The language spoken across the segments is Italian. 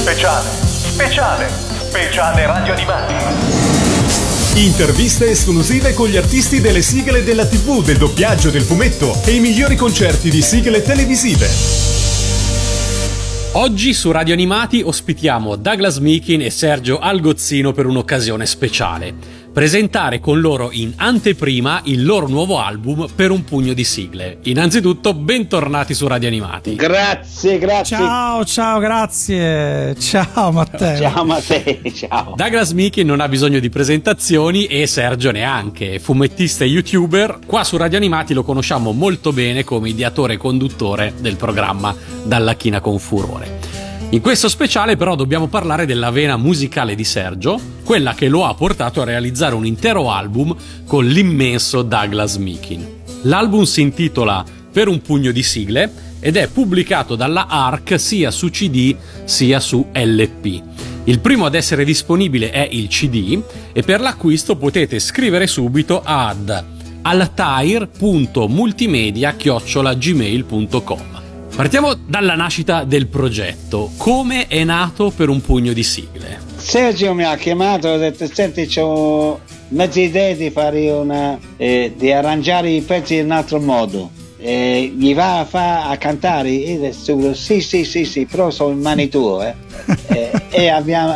Speciale Radio Animati. Interviste esclusive con gli artisti delle sigle della TV, del doppiaggio, del fumetto e i migliori concerti di sigle televisive. Oggi su Radio Animati ospitiamo Douglas Meakin e Sergio Algozzino per un'occasione speciale. Presentare con loro in anteprima il loro nuovo album Per un pugno di sigle. Innanzitutto, bentornati su Radio Animati. Grazie. Ciao, grazie. Ciao Matteo. Ciao. Douglas Meakin non ha bisogno di presentazioni e Sergio neanche. Fumettista e youtuber, qua su Radio Animati lo conosciamo molto bene come ideatore e conduttore del programma Dalla China con Furore. In questo speciale però dobbiamo parlare della vena musicale di Sergio, quella che lo ha portato a realizzare un intero album con l'immenso Douglas Meakin. L'album si intitola Per un pugno di sigle ed è pubblicato dalla ARC sia su CD sia su LP. Il primo ad essere disponibile è il CD e per l'acquisto potete scrivere subito ad altair.multimedia@gmail.com. Partiamo dalla nascita del progetto. Come è nato Per un pugno di sigle? Sergio mi ha chiamato e ha detto: senti, c'ho mezza idea di fare di arrangiare i pezzi in un altro modo. Gli va a cantare? E io ho detto sì, però sono in mani tue. E abbiamo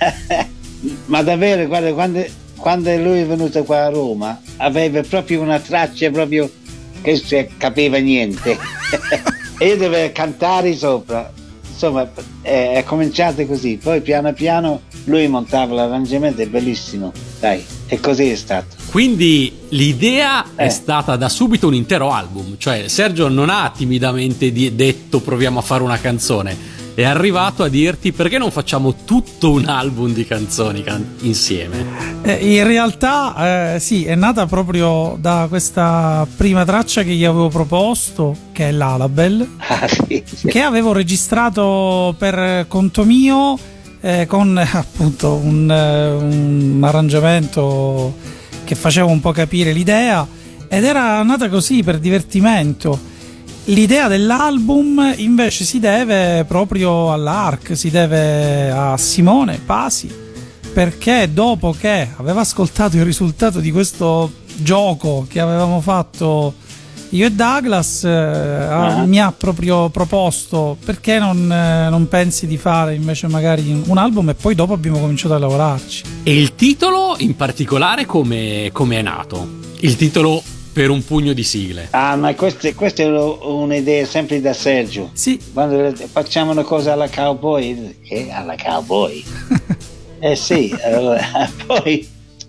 ma davvero, guarda, quando lui è venuto qua a Roma aveva proprio una traccia proprio che si capiva niente. E io dovevo cantare sopra. Insomma, è cominciato così. Poi piano piano lui montava l'arrangiamento, è bellissimo. Dai, e così è stato. Quindi l'idea è stata da subito un intero album. Cioè Sergio non ha timidamente detto proviamo a fare una canzone. È arrivato a dirti: perché non facciamo tutto un album di canzoni insieme? In realtà sì, è nata proprio da questa prima traccia che gli avevo proposto, che è l'Alabel, sì. che avevo registrato per conto mio con appunto un arrangiamento che faceva un po' capire l'idea, ed era nata così per divertimento. L'idea dell'album invece si deve proprio all'ARC, si deve a Simone Pasi, perché dopo che aveva ascoltato il risultato di questo gioco che avevamo fatto io e Douglas, mi ha proprio proposto: perché non pensi di fare invece magari un album? E poi dopo abbiamo cominciato a lavorarci. E il titolo in particolare come è nato? Il titolo Per un pugno di sigle. Ma questa è un'idea sempre da Sergio. Sì. Quando facciamo una cosa alla cowboy, che alla cowboy? Sì, allora, poi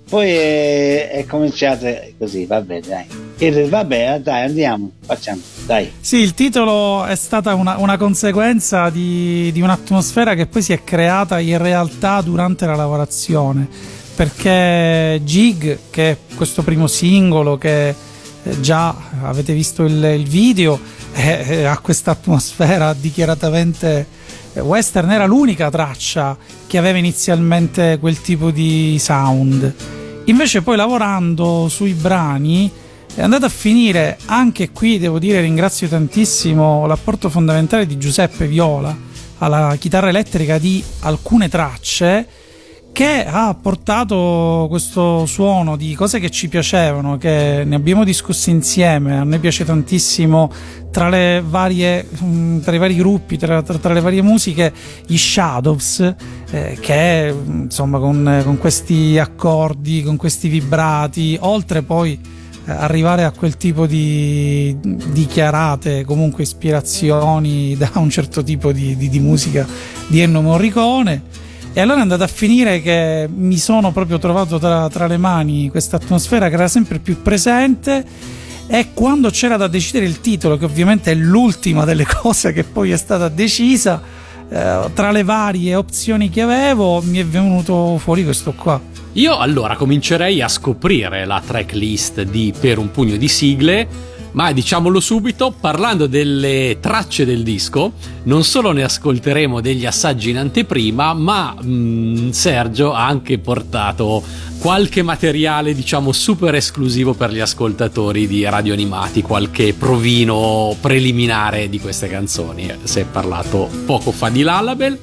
è cominciato così, vabbè, dai. E vabbè, dai, andiamo, facciamo, dai. Sì, il titolo è stata una conseguenza di un'atmosfera che poi si è creata in realtà durante la lavorazione, perché Jig, che è questo primo singolo che già avete visto il video, ha questa atmosfera dichiaratamente western. Era l'unica traccia che aveva inizialmente quel tipo di sound. Invece poi lavorando sui brani è andata a finire, anche qui devo dire ringrazio tantissimo l'apporto fondamentale di Giuseppe Viola alla chitarra elettrica di alcune tracce, che ha portato questo suono di cose che ci piacevano, che ne abbiamo discussi insieme. A noi piace tantissimo tra i vari gruppi, tra le varie musiche, gli Shadows, che insomma con questi accordi, con questi vibrati, oltre poi arrivare a quel tipo di dichiarate comunque ispirazioni da un certo tipo di musica di Ennio Morricone. E allora è andato a finire che mi sono proprio trovato tra le mani questa atmosfera che era sempre più presente, e quando c'era da decidere il titolo, che ovviamente è l'ultima delle cose che poi è stata decisa, tra le varie opzioni che avevo mi è venuto fuori questo qua. Io allora comincerei a scoprire la tracklist di Per un pugno di sigle, ma diciamolo subito, parlando delle tracce del disco, non solo ne ascolteremo degli assaggi in anteprima, ma Sergio ha anche portato qualche materiale, diciamo, super esclusivo per gli ascoltatori di Radio Animati, qualche provino preliminare di queste canzoni. Si è parlato poco fa di Lullaby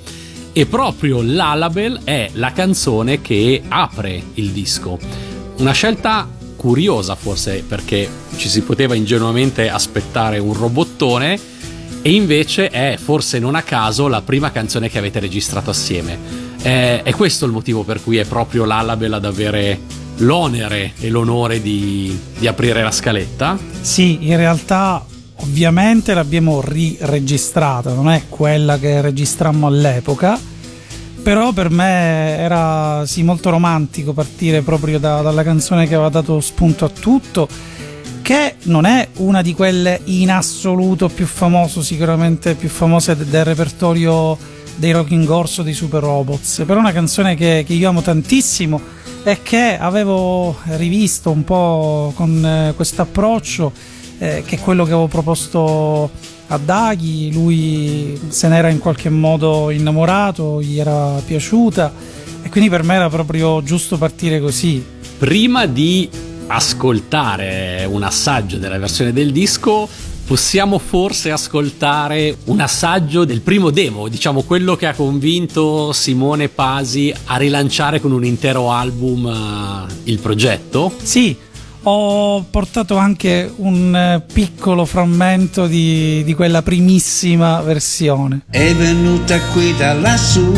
e proprio Lullaby è la canzone che apre il disco. Una scelta curiosa forse, perché ci si poteva ingenuamente aspettare un robottone, e invece è, forse non a caso, la prima canzone che avete registrato assieme. È questo il motivo per cui è proprio Lullaby ad avere l'onere e l'onore di aprire la scaletta? Sì, in realtà ovviamente l'abbiamo riregistrata, non è quella che registrammo all'epoca, però per me era sì molto romantico partire proprio dalla canzone che aveva dato spunto a tutto, che non è una di quelle in assoluto più famose, sicuramente più famose del repertorio dei Rocking Horse o dei Super Robots, però è una canzone che io amo tantissimo e che avevo rivisto un po' con questo approccio, che è quello che avevo proposto a Daghi. Lui se n'era in qualche modo innamorato, gli era piaciuta, e quindi per me era proprio giusto partire così. Prima di ascoltare un assaggio della versione del disco, possiamo forse ascoltare un assaggio del primo demo, diciamo quello che ha convinto Simone Pasi a rilanciare con un intero album il progetto? Sì, ho portato anche un piccolo frammento di quella primissima versione. È venuta qui da lassù,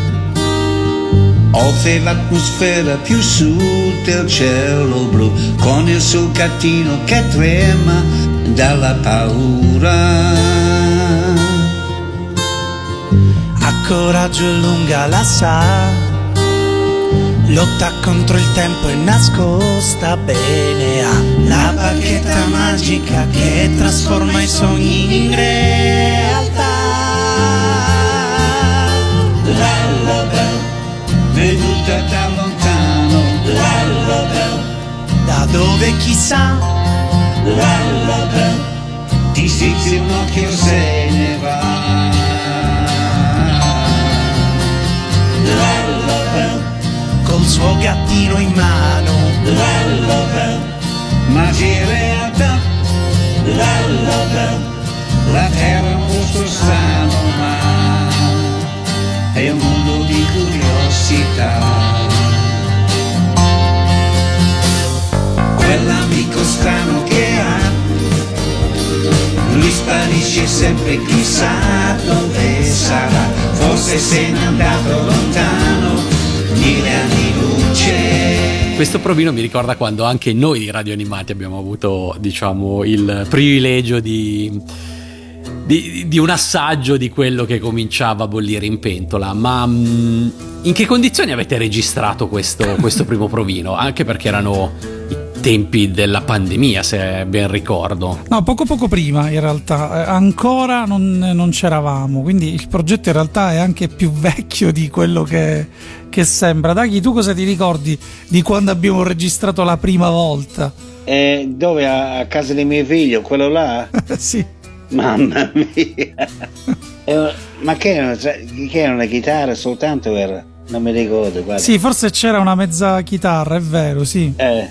oltre l'atmosfera più su del cielo blu, con il suo gattino che trema dalla paura. Ha coraggio e lunga la sa, lotta contro il tempo e nascosta bene, ha la bacchetta magica che trasforma i sogni in realtà. Lullaby, venuta da lontano, Lullaby, Da dove chissà, Lullaby, ti strizzi un occhio se ne va. Lullaby, col suo gattino in mano, Lullaby, magia e realtà, Lullaby, la terra è un posto strano ma è un mondo di curiosità. Quell'amico strano che ha, lui sparisce sempre, chissà dove sarà, forse se n'è andato lontano, 1000 anni luce. Questo provino mi ricorda quando anche noi di Radio Animati abbiamo avuto, diciamo, il privilegio di un assaggio di quello che cominciava a bollire in pentola. Ma in che condizioni avete registrato questo primo provino? Anche perché erano i tempi della pandemia, se ben ricordo. No, poco prima in realtà, ancora non c'eravamo, quindi il progetto in realtà è anche più vecchio di quello che sembra. Daghi, tu cosa ti ricordi di quando abbiamo registrato la prima volta? Dove? A casa di mio figlio, quello là? Sì. Mamma mia. Ma che era una chitarra soltanto era? Non mi ricordo, guarda. Sì, forse c'era una mezza chitarra, è vero, sì.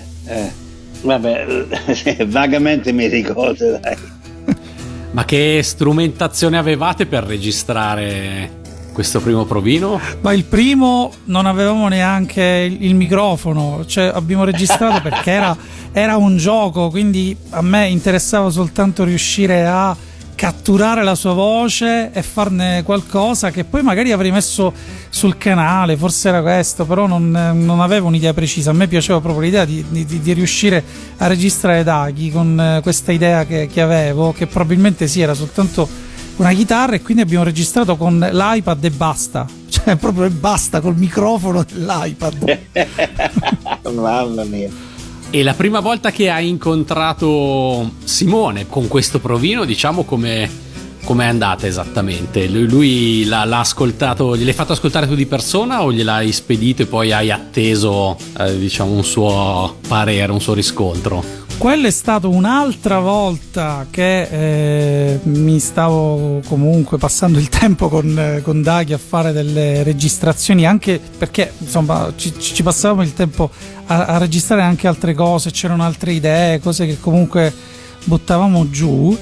Vabbè, vagamente mi ricordo, dai. Ma che strumentazione avevate per registrare questo primo provino? Ma il primo non avevamo neanche il microfono, cioè abbiamo registrato perché era un gioco, quindi a me interessava soltanto riuscire a catturare la sua voce e farne qualcosa che poi magari avrei messo sul canale, forse era questo, però non avevo un'idea precisa. A me piaceva proprio l'idea di riuscire a registrare Daghi con questa idea che avevo, che probabilmente sì, era soltanto una chitarra, e quindi abbiamo registrato con l'iPad e basta, cioè proprio basta col microfono dell'iPad. Mamma mia. E la prima volta che hai incontrato Simone con questo provino, diciamo, come è andata esattamente? Lui l'ha ascoltato, gliel'hai fatto ascoltare tu di persona o gliel'hai spedito e poi hai atteso diciamo un suo parere, un suo riscontro? Quello è stato un'altra volta che mi stavo comunque passando il tempo con Daghi a fare delle registrazioni, anche perché insomma ci passavamo il tempo a registrare anche altre cose, c'erano altre idee, cose che comunque buttavamo giù,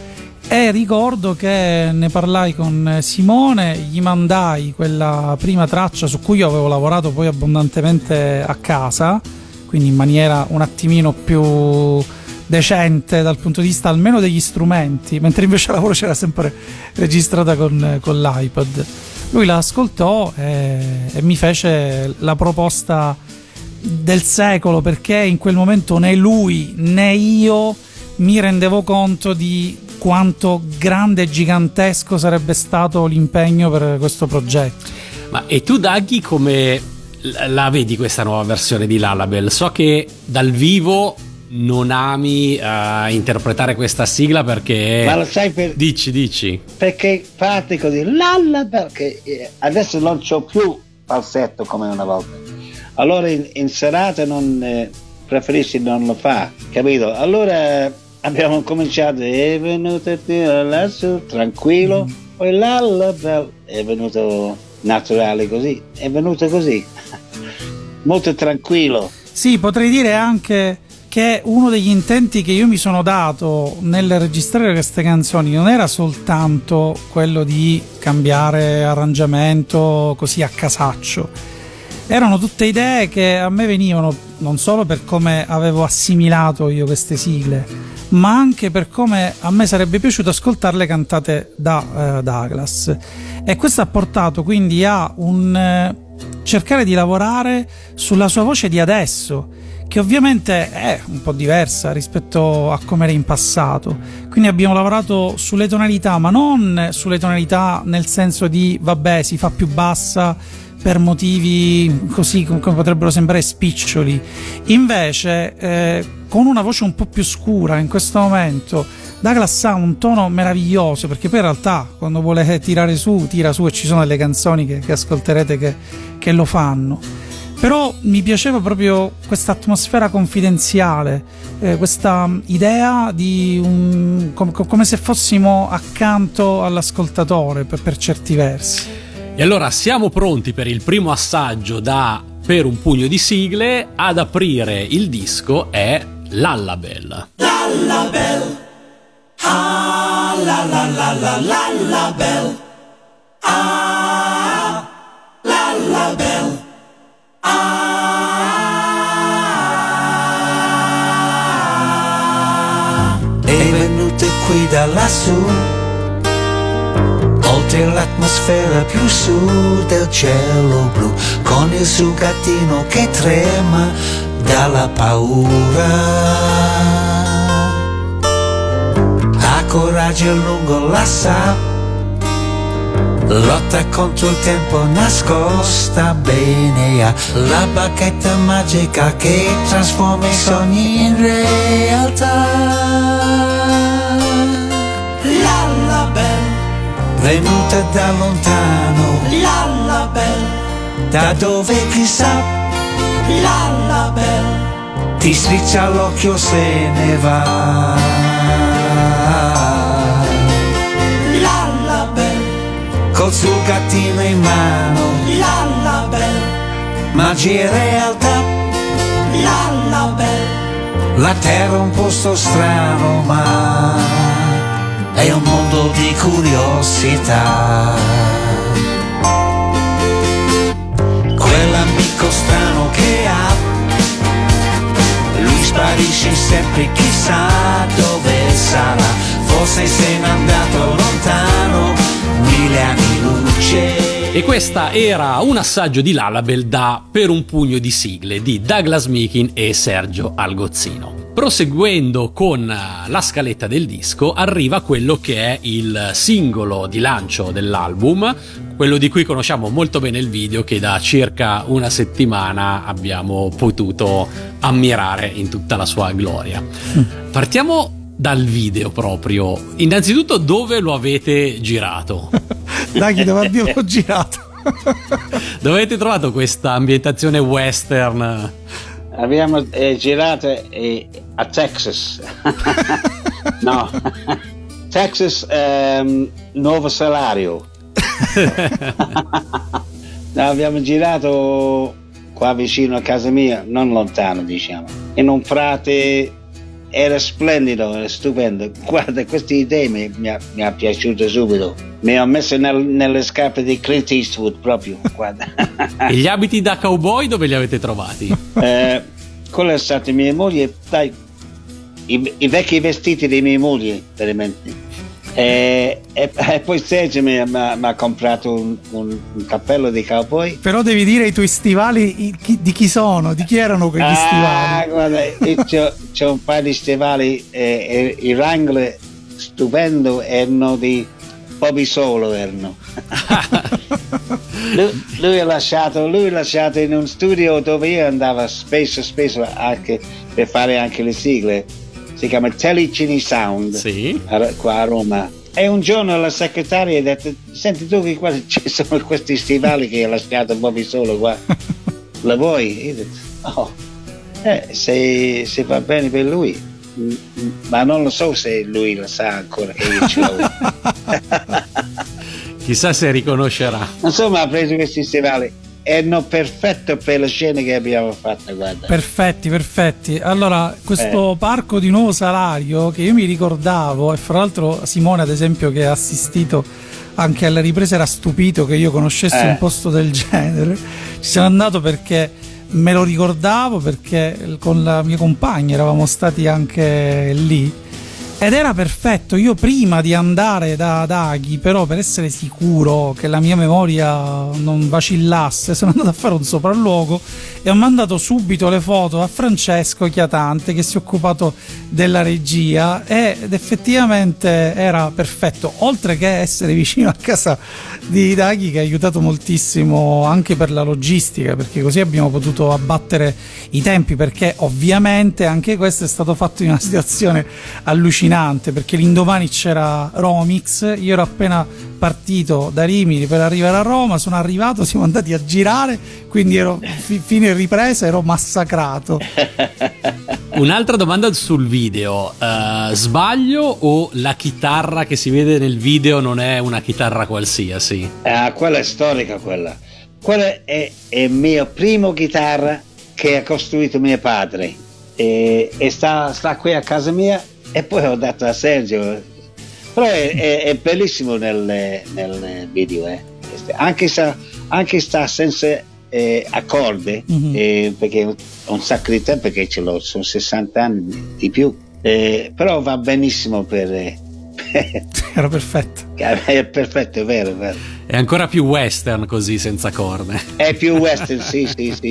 E ricordo che ne parlai con Simone, gli mandai quella prima traccia su cui io avevo lavorato poi abbondantemente a casa, quindi in maniera un attimino più decente dal punto di vista almeno degli strumenti, mentre invece la voce era sempre registrata con l'iPod. Lui la ascoltò e mi fece la proposta del secolo, perché in quel momento né lui né io mi rendevo conto di quanto grande e gigantesco sarebbe stato l'impegno per questo progetto. Ma e tu, Daggy, come la vedi questa nuova versione di Lullaby? So che dal vivo non ami interpretare questa sigla perché... Ma lo sai Dici. Perché parte così, perché adesso non c'ho più falsetto come una volta. Allora in serata non preferisci non lo fa, capito? Allora abbiamo cominciato, è venuto lassù, tranquillo, poi Lullaby è venuto naturale così, è venuto così, molto tranquillo. Sì, potrei dire anche che uno degli intenti che io mi sono dato nel registrare queste canzoni non era soltanto quello di cambiare arrangiamento così a casaccio, erano tutte idee che a me venivano non solo per come avevo assimilato io queste sigle, ma anche per come a me sarebbe piaciuto ascoltarle cantate da Douglas, e questo ha portato quindi a un cercare di lavorare sulla sua voce di adesso, che ovviamente è un po' diversa rispetto a come era in passato. Quindi abbiamo lavorato sulle tonalità, ma non sulle tonalità nel senso di vabbè, si fa più bassa per motivi così come potrebbero sembrare spiccioli. Invece con una voce un po' più scura in questo momento Douglas ha un tono meraviglioso, perché poi in realtà quando vuole tirare su tira su, e ci sono delle canzoni che ascolterete che lo fanno. Però mi piaceva proprio questa atmosfera confidenziale, questa idea di come se fossimo accanto all'ascoltatore per certi versi. E allora siamo pronti per il primo assaggio da Per un pugno di sigle. Ad aprire il disco è Lullaby. Lullaby, ah la la la la lullaby, ah lullaby, ah. È venuto qui da lassù, oltre l'atmosfera più su del cielo blu, con il suo gattino che trema dalla paura. Ha coraggio lungo la sa, lotta contro il tempo, nascosta bene, ha la bacchetta magica che trasforma i sogni in realtà. Lullaby, Venuta da lontano, lullaby, da dove chissà, lullaby, ti strizza l'occhio se ne va. lullaby, Col suo gattino in mano, lullaby, magia e realtà, lullaby, la terra è un posto strano ma è un mondo di curiosità. Quell'amico strano che ha, lui sparisce sempre, chissà dove sarà, forse se n'è andato lontano, 1000 anni luce. E questa era un assaggio di Lullaby da Per un pugno di sigle di Douglas Meakin e Sergio Algozzino. Proseguendo con la scaletta del disco, arriva quello che è il singolo di lancio dell'album, quello di cui conosciamo molto bene il video, che da circa una settimana abbiamo potuto ammirare in tutta la sua gloria. Partiamo dal video proprio. Innanzitutto, dove lo avete girato? Dai, dove abbiamo girato? Dove avete trovato questa ambientazione western? Abbiamo girato a Texas. No, Texas, Nuovo Salario. No, abbiamo girato qua vicino a casa mia, non lontano, diciamo, in un frate era splendido, era stupendo. Guarda, questa idea mi ha piaciuto subito. Mi ha messo nelle scarpe di Clint Eastwood proprio, guarda. E gli abiti da cowboy dove li avete trovati? Quello è stato mia moglie, dai, i vecchi vestiti di mia moglie, veramente. E poi Sergio mi ha comprato un cappello di cowboy. Però devi dire i tuoi stivali di chi sono, di chi erano quegli stivali. Guarda, c'ho un paio di stivali, i Wrangler stupendo, erano di Bobby Solo, erano. lui è lasciato in un studio dove io andavo spesso anche per fare anche le sigle. Si chiama Telecini Sound, sì, qua a Roma. E un giorno la segretaria ha detto: senti, tu che qua ci sono questi stivali che ha lasciato Bobby Solo qua, la vuoi? Io ho detto: se va bene per lui, ma non lo so se lui lo sa ancora che io ce l'ho. Chissà se riconoscerà. Insomma, ha preso questi stivali. Erano perfetto per le scene che abbiamo fatto, guarda. Perfetti. Allora, questo parco di Nuovo Salario che io mi ricordavo, e fra l'altro Simone ad esempio che ha assistito anche alle riprese era stupito che io conoscessi un posto del genere. Ci sono andato perché me lo ricordavo, perché con la mia compagna eravamo stati anche lì ed era perfetto. Io prima di andare da Aghi, però, per essere sicuro che la mia memoria non vacillasse, sono andato a fare un sopralluogo e ho mandato subito le foto a Francesco Chiatante, che si è occupato della regia, ed effettivamente era perfetto, oltre che essere vicino a casa di Aghi, che ha aiutato moltissimo anche per la logistica, perché così abbiamo potuto abbattere i tempi, perché ovviamente anche questo è stato fatto in una situazione allucinante, perché l'indomani c'era Romix, io ero appena partito da Rimini per arrivare a Roma, sono arrivato, siamo andati a girare, quindi ero fine ripresa ero massacrato. Un'altra domanda sul video, sbaglio o la chitarra che si vede nel video non è una chitarra qualsiasi? Quella è storica, quella è il mio primo chitarra che ha costruito mio padre, e sta qui a casa mia, e poi ho dato a Sergio, però è bellissimo nel video, anche sta senza accorde, perché è un sacco di tempo che ce l'ho, sono 60 anni di più, però va benissimo per era perfetto. È perfetto, è vero. È ancora più western così, senza corde. È più western, sì.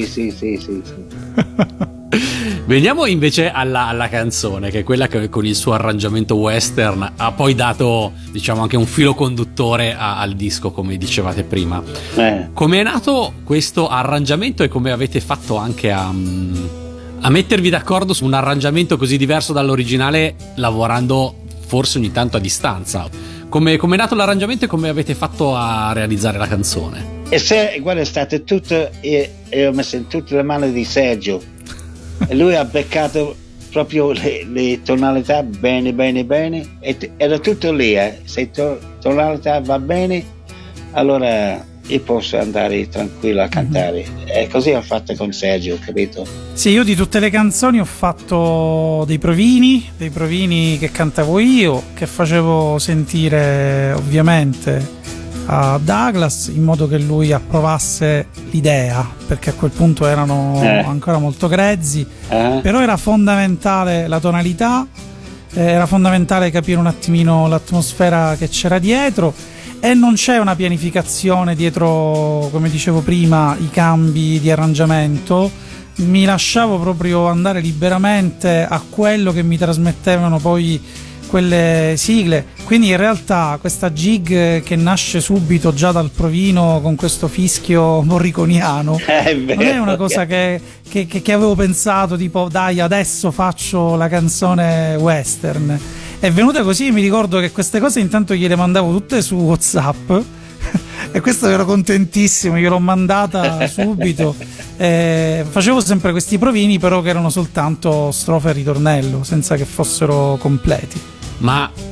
Veniamo invece alla canzone, che è quella che con il suo arrangiamento western ha poi dato, diciamo, anche un filo conduttore al disco, come dicevate prima. Come è nato questo arrangiamento e come avete fatto anche a mettervi d'accordo su un arrangiamento così diverso dall'originale, lavorando forse ogni tanto a distanza? Come è nato l'arrangiamento e come avete fatto a realizzare la canzone? Guarda, è stato tutto, io ho messo in tutte le mani di Sergio, e lui ha beccato proprio le tonalità bene, e era tutto lì, se tonalità va bene, allora io posso andare tranquillo a cantare. E così ho fatto con Sergio, capito? Sì, io di tutte le canzoni ho fatto dei provini che cantavo io, che facevo sentire ovviamente a Douglas, in modo che lui approvasse l'idea, perché a quel punto erano ancora molto grezzi, però era fondamentale la tonalità, era fondamentale capire un attimino l'atmosfera che c'era dietro, e non c'è una pianificazione dietro, come dicevo prima, i cambi di arrangiamento. Mi lasciavo proprio andare liberamente a quello che mi trasmettevano poi quelle sigle, quindi in realtà questa jig che nasce subito già dal provino con questo fischio morriconiano non è una cosa che avevo pensato tipo dai adesso faccio la canzone western. È venuta così, mi ricordo che queste cose intanto gliele mandavo tutte su WhatsApp e questo ero contentissimo, gliel'ho mandata subito. Facevo sempre questi provini, però che erano soltanto strofa e ritornello, senza che fossero completi. Ma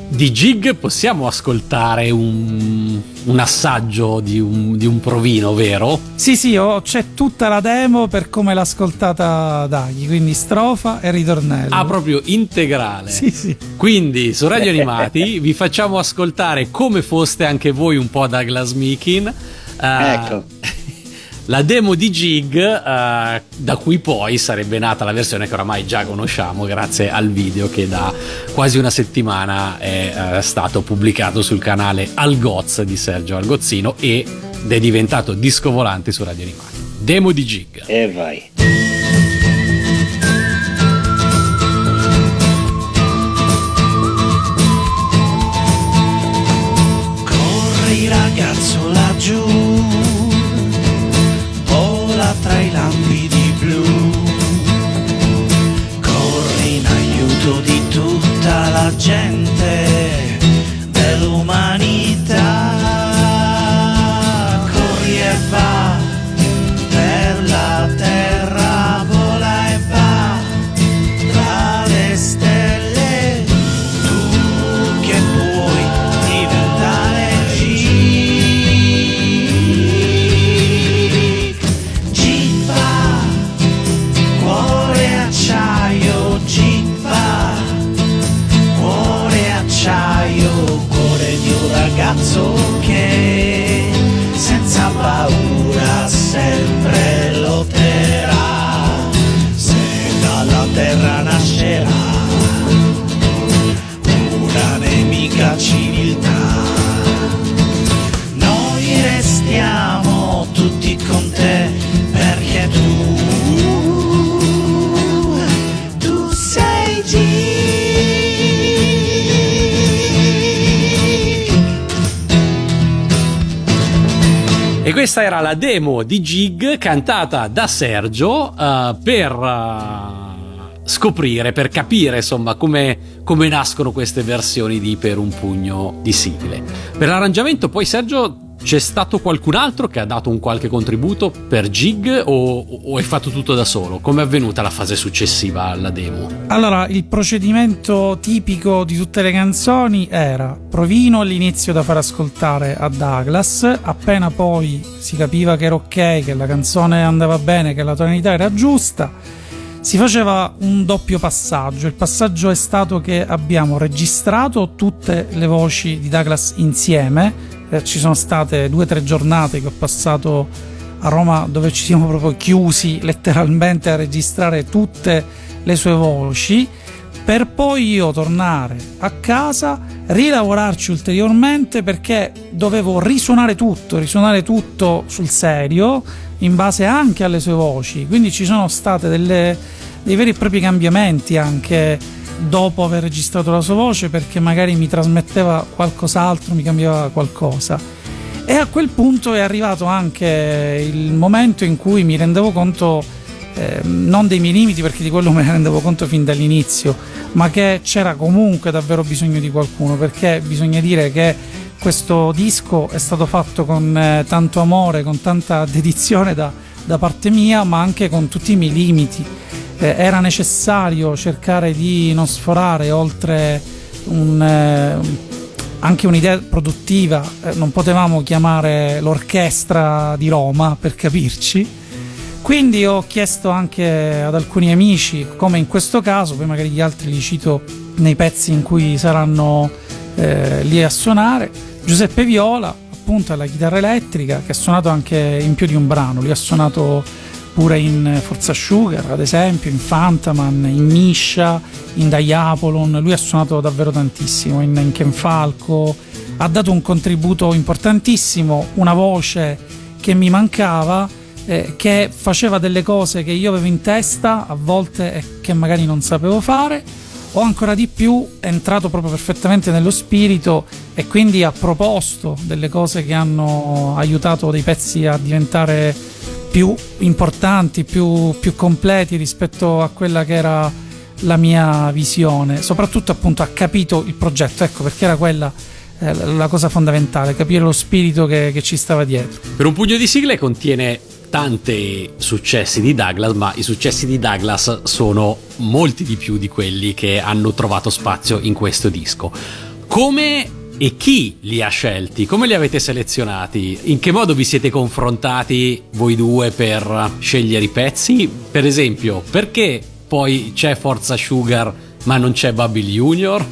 Di Gig possiamo ascoltare un assaggio di un provino, vero? Sì, c'è tutta la demo per come l'ha ascoltata Daghi, quindi strofa e ritornello. Ah, proprio integrale. Sì. Quindi su Radio Animati vi facciamo ascoltare, come foste anche voi un po' Douglas Meekin, Ecco. la demo di Gig, da cui poi sarebbe nata la versione che oramai già conosciamo grazie al video che da quasi una settimana è stato pubblicato sul canale Algoz di Sergio Algozzino ed è diventato disco volante su Radio Animati. Demo di Gig. E vai. Corri ragazzo laggiù, vola tra i lampi blu, corri in aiuto di tutta la gente dell'umanità, corri e va per la terra, vola e va tra le stelle, tu che puoi diventare Gippa, cuore acciaio, Gippa, cuore acciaio, cuore di un ragazzo che senza paura sempre lotterà, se dalla terra nascerà una nemica civiltà. Noi restiamo tutti con te perché tu sei G. E questa era la demo di Gig cantata da Sergio per scoprire, per capire insomma come nascono queste versioni di Per un pugno di sigle. Per l'arrangiamento poi, Sergio, c'è stato qualcun altro che ha dato un qualche contributo per Gig o hai fatto tutto da solo? Come è avvenuta la fase successiva alla demo? Allora, il procedimento tipico di tutte le canzoni era provino all'inizio da far ascoltare a Douglas, appena poi si capiva che era ok, che la canzone andava bene, che la tonalità era giusta, si faceva un doppio passaggio. Il passaggio è stato che abbiamo registrato tutte le voci di Douglas insieme. Ci sono state 2 o 3 giornate che ho passato a Roma dove ci siamo proprio chiusi letteralmente a registrare tutte le sue voci, per poi io tornare a casa, rilavorarci ulteriormente perché dovevo risuonare tutto sul serio in base anche alle sue voci, quindi ci sono state dei veri e propri cambiamenti anche dopo aver registrato la sua voce, perché magari mi trasmetteva qualcos'altro, mi cambiava qualcosa. E a quel punto è arrivato anche il momento in cui mi rendevo conto non dei miei limiti, perché di quello me ne rendevo conto fin dall'inizio, ma che c'era comunque davvero bisogno di qualcuno, perché bisogna dire che questo disco è stato fatto con tanto amore, con tanta dedizione da parte mia, ma anche con tutti i miei limiti. Era necessario cercare di non sforare oltre anche un'idea produttiva. Non potevamo chiamare l'orchestra di Roma, per capirci, quindi ho chiesto anche ad alcuni amici, come in questo caso, poi magari gli altri li cito nei pezzi in cui saranno lì a suonare, Giuseppe Viola appunto alla chitarra elettrica, che ha suonato anche in più di un brano. Lui ha suonato pure in Forza Sugar, ad esempio, in Fantaman, in Miscia, in Diapolon. Lui ha suonato davvero tantissimo, in Ken Falco, ha dato un contributo importantissimo, una voce che mi mancava, che faceva delle cose che io avevo in testa a volte e che magari non sapevo fare, o ancora di più è entrato proprio perfettamente nello spirito e quindi ha proposto delle cose che hanno aiutato dei pezzi a diventare più importanti, più completi rispetto a quella che era la mia visione. Soprattutto appunto ha capito il progetto, ecco, perché era quella la cosa fondamentale, capire lo spirito che ci stava dietro. Per un pugno di sigle contiene tanti successi di Douglas, ma i successi di Douglas sono molti di più di quelli che hanno trovato spazio in questo disco. Come e chi li ha scelti? Come li avete selezionati? In che modo vi siete confrontati voi due per scegliere i pezzi? Per esempio, perché poi c'è Forza Sugar ma non c'è Babil Junior?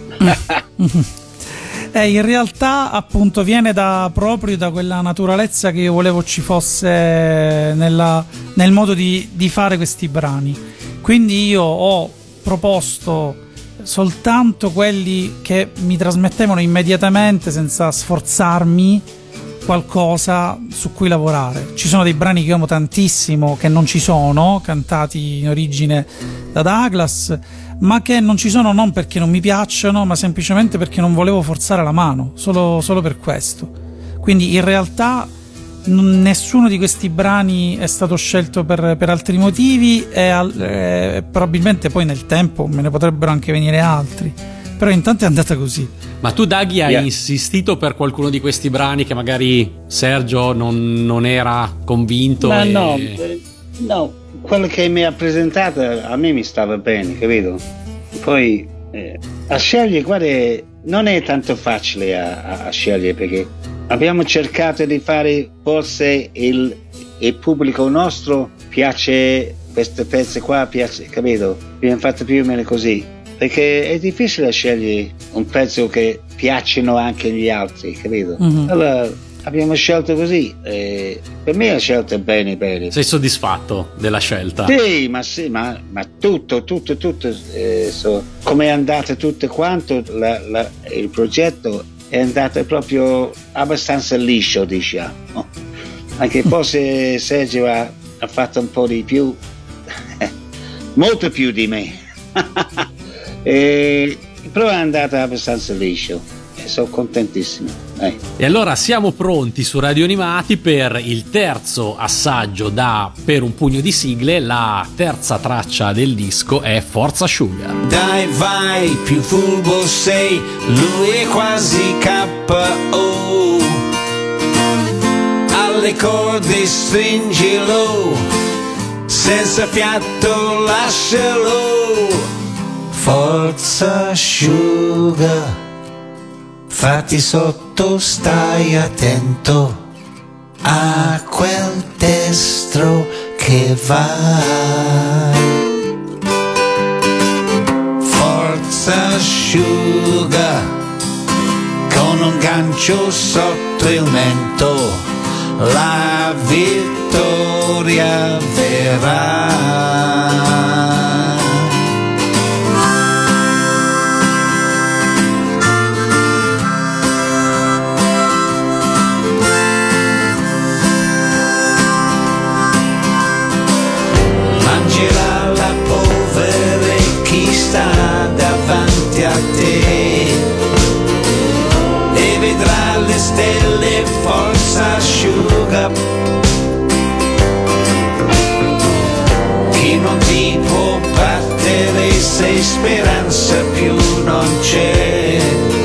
In realtà appunto viene proprio da quella naturalezza che io volevo ci fosse nel modo di fare questi brani. Quindi io ho proposto soltanto quelli che mi trasmettevano immediatamente, senza sforzarmi, qualcosa su cui lavorare. Ci sono dei brani che amo tantissimo che non ci sono, cantati in origine da Douglas, ma che non ci sono non perché non mi piacciono, ma semplicemente perché non volevo forzare la mano, solo per questo. Quindi in realtà nessuno di questi brani è stato scelto per altri motivi e probabilmente poi nel tempo me ne potrebbero anche venire altri, però intanto è andata così. Ma tu, Daghi, hai insistito per qualcuno di questi brani che magari Sergio non era convinto? Ma no, quello che mi ha presentato a me mi stava bene, capito? Poi a scegliere, guarda, non è tanto facile a scegliere, perché abbiamo cercato di fare, forse il pubblico nostro piace queste pezze qua, piace, capito? Abbiamo fatto più o meno così, perché è difficile scegliere un pezzo che piacciono anche gli altri, capito? Mm-hmm. Allora abbiamo scelto così, per me la scelta è bene. Sei soddisfatto della scelta? Sì, ma tutto, come è andato tutto quanto il progetto è andato proprio abbastanza liscio, diciamo, anche forse Sergio ha fatto un po' di più, molto più di me. Però è andato abbastanza liscio e sono contentissimo. E allora siamo pronti su Radio Animati per il terzo assaggio da Per un pugno di sigle. La terza traccia del disco è Forza Sugar. Dai vai, più furbo sei, lui è quasi KO. Alle corde stringilo, senza fiato lascialo. Forza Sugar, fatti sotto, stai attento a quel destro che va. Forza Sugar, con un gancio sotto il mento, la vittoria verrà. Mangerà la polvere chi sta davanti a te e vedrà le stelle. Forza Sugar, chi non ti può battere se speranza più non c'è,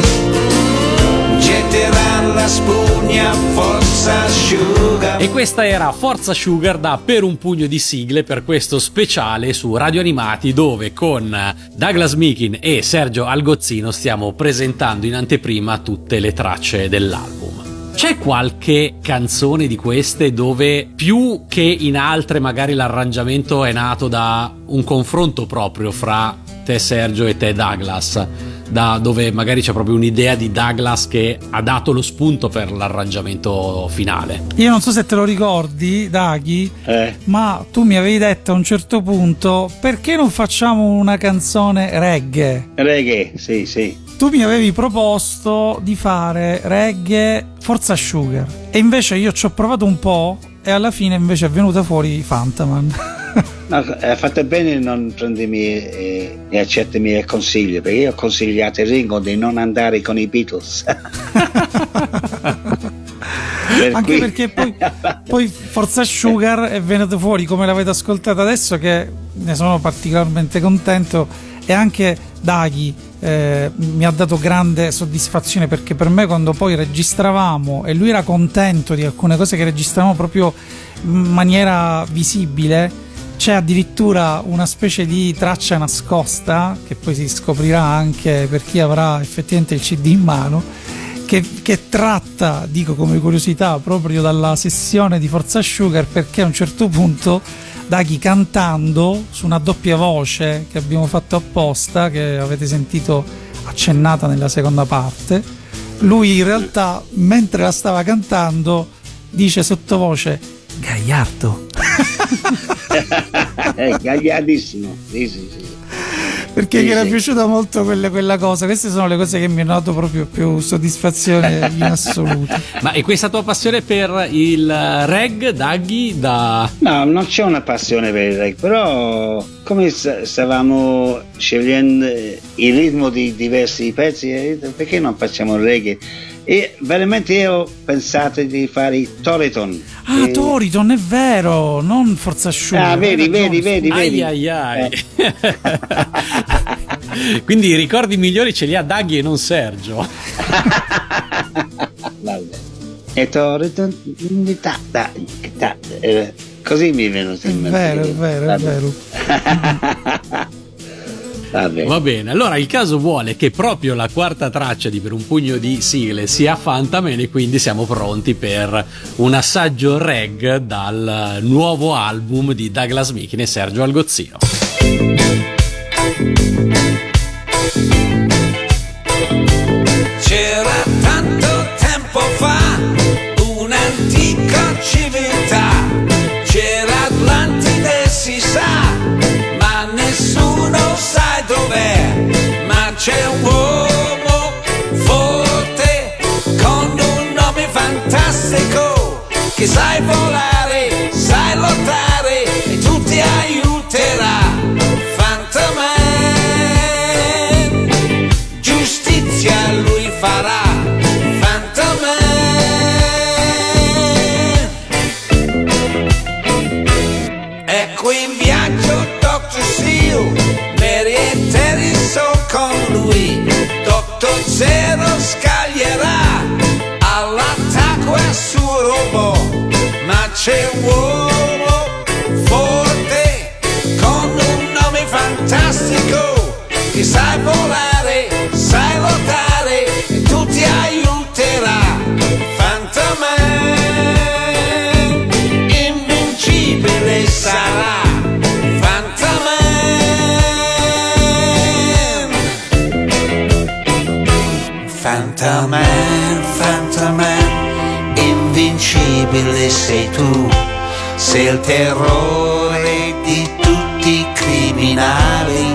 getterà la spugna. Forza Sugar. E questa era Forza Sugar da Per un pugno di sigle, per questo speciale su Radio Animati, dove con Douglas Meakin e Sergio Algozzino stiamo presentando in anteprima tutte le tracce dell'album. C'è qualche canzone di queste dove più che in altre magari l'arrangiamento è nato da un confronto proprio fra te Sergio e te Douglas, da dove magari c'è proprio un'idea di Douglas che ha dato lo spunto per l'arrangiamento finale? Io non so se te lo ricordi, Daghi, ma tu mi avevi detto a un certo punto: perché non facciamo una canzone reggae? Reggae, sì. Tu mi avevi proposto di fare reggae Forza Sugar e invece io ci ho provato un po' e alla fine invece è venuta fuori Fantaman. No, hai fatto bene non prendermi e accettare i miei consigli, perché io ho consigliato a Ringo di non andare con i Beatles. Anche perché poi Forza Sugar è venuto fuori, come l'avete ascoltato adesso, che ne sono particolarmente contento, e anche Daghi mi ha dato grande soddisfazione, perché per me quando poi registravamo e lui era contento di alcune cose che registravamo proprio in maniera visibile, C'è addirittura una specie di traccia nascosta, che poi si scoprirà anche per chi avrà effettivamente il CD in mano, che tratta, dico come curiosità, proprio dalla sessione di Forza Sugar, perché a un certo punto Daggy, cantando su una doppia voce che abbiamo fatto apposta, che avete sentito accennata nella seconda parte, lui in realtà mentre la stava cantando dice sottovoce Gagliardo. Gagliardissimo, sì. Perché gli era piaciuta molto quella cosa. Queste sono le cose che mi hanno dato proprio più soddisfazione in assoluto. Ma e questa tua passione per il reg, Daggy, No, non c'è una passione per il reg, però come stavamo scegliendo il ritmo di diversi pezzi, perché non facciamo il reggae? E veramente io ho pensato di fare i Toriton. Toriton, è vero, non Forza Sugar. Vedi. Ai. Quindi i ricordi migliori ce li ha Daggy e non Sergio. Vabbè. E Toriton così mi è venuto in mente. È vero. Va bene, allora il caso vuole che proprio la quarta traccia di Per un pugno di sigle sia Fantaman, e quindi siamo pronti per un assaggio reg dal nuovo album di Douglas Mikin e Sergio Algozzino. C'era tanto tempo fa un'antica civiltà, c'era Atlantide, si sa, ma nessuno sa dov'è, ma c'è un uomo forte con un nome fantastico, che sai volare, sai lottare e tutti aiuterà. Fantaman, giustizia lui farà. Fantaman, ecco in viaggio Dr. Seal, Mary e Terry sono con lui. Dottor Zero scaglierà all'attacco al suo robot, ma c'è un uomo forte con un nome fantastico, che sai volare, sai lottare e tutti aiuterà. Fantaman, invincibile sarà. Fantaman, invincibile sei tu, sei il terrore di tutti i criminali.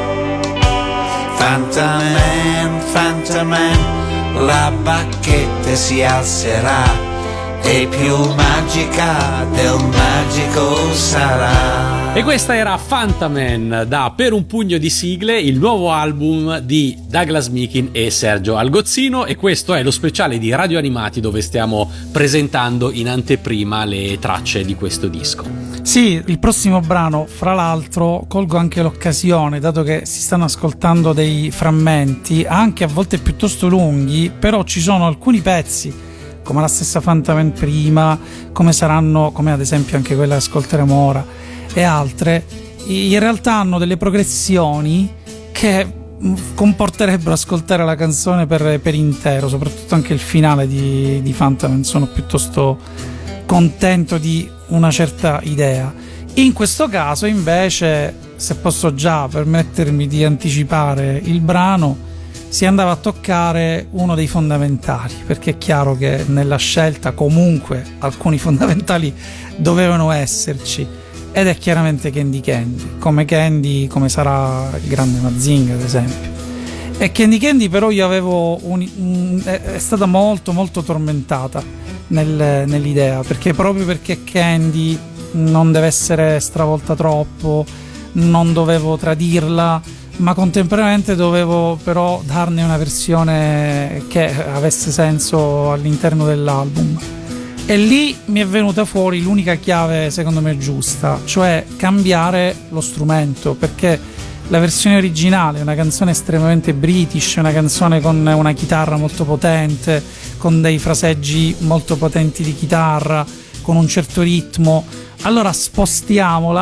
Fantaman, la bacchetta si alzerà e più magica del magico sarà. E questa era Fantaman da Per un pugno di sigle, il nuovo album di Douglas Mikin e Sergio Algozzino, e questo è lo speciale di Radio Animati dove stiamo presentando in anteprima le tracce di questo disco. Sì, il prossimo brano, fra l'altro, colgo anche l'occasione, dato che si stanno ascoltando dei frammenti, anche a volte piuttosto lunghi, però ci sono alcuni pezzi, come la stessa Fantaman prima, come ad esempio anche quella che ascolteremo ora, e altre, in realtà hanno delle progressioni che comporterebbero ascoltare la canzone per intero, soprattutto anche il finale di Fantaman. Sono piuttosto contento di una certa idea. In questo caso invece, se posso già permettermi di anticipare il brano, si andava a toccare uno dei fondamentali, perché è chiaro che nella scelta comunque alcuni fondamentali dovevano esserci, ed è chiaramente Candy, come sarà il grande Mazinga ad esempio. E Candy però io avevo è stata molto molto tormentata nell'idea, perché proprio perché Candy non deve essere stravolta troppo, non dovevo tradirla, ma contemporaneamente dovevo però darne una versione che avesse senso all'interno dell'album. E lì mi è venuta fuori l'unica chiave secondo me giusta, cioè cambiare lo strumento, perché la versione originale è una canzone estremamente british, una canzone con una chitarra molto potente, con dei fraseggi molto potenti di chitarra, con un certo ritmo. Allora spostiamola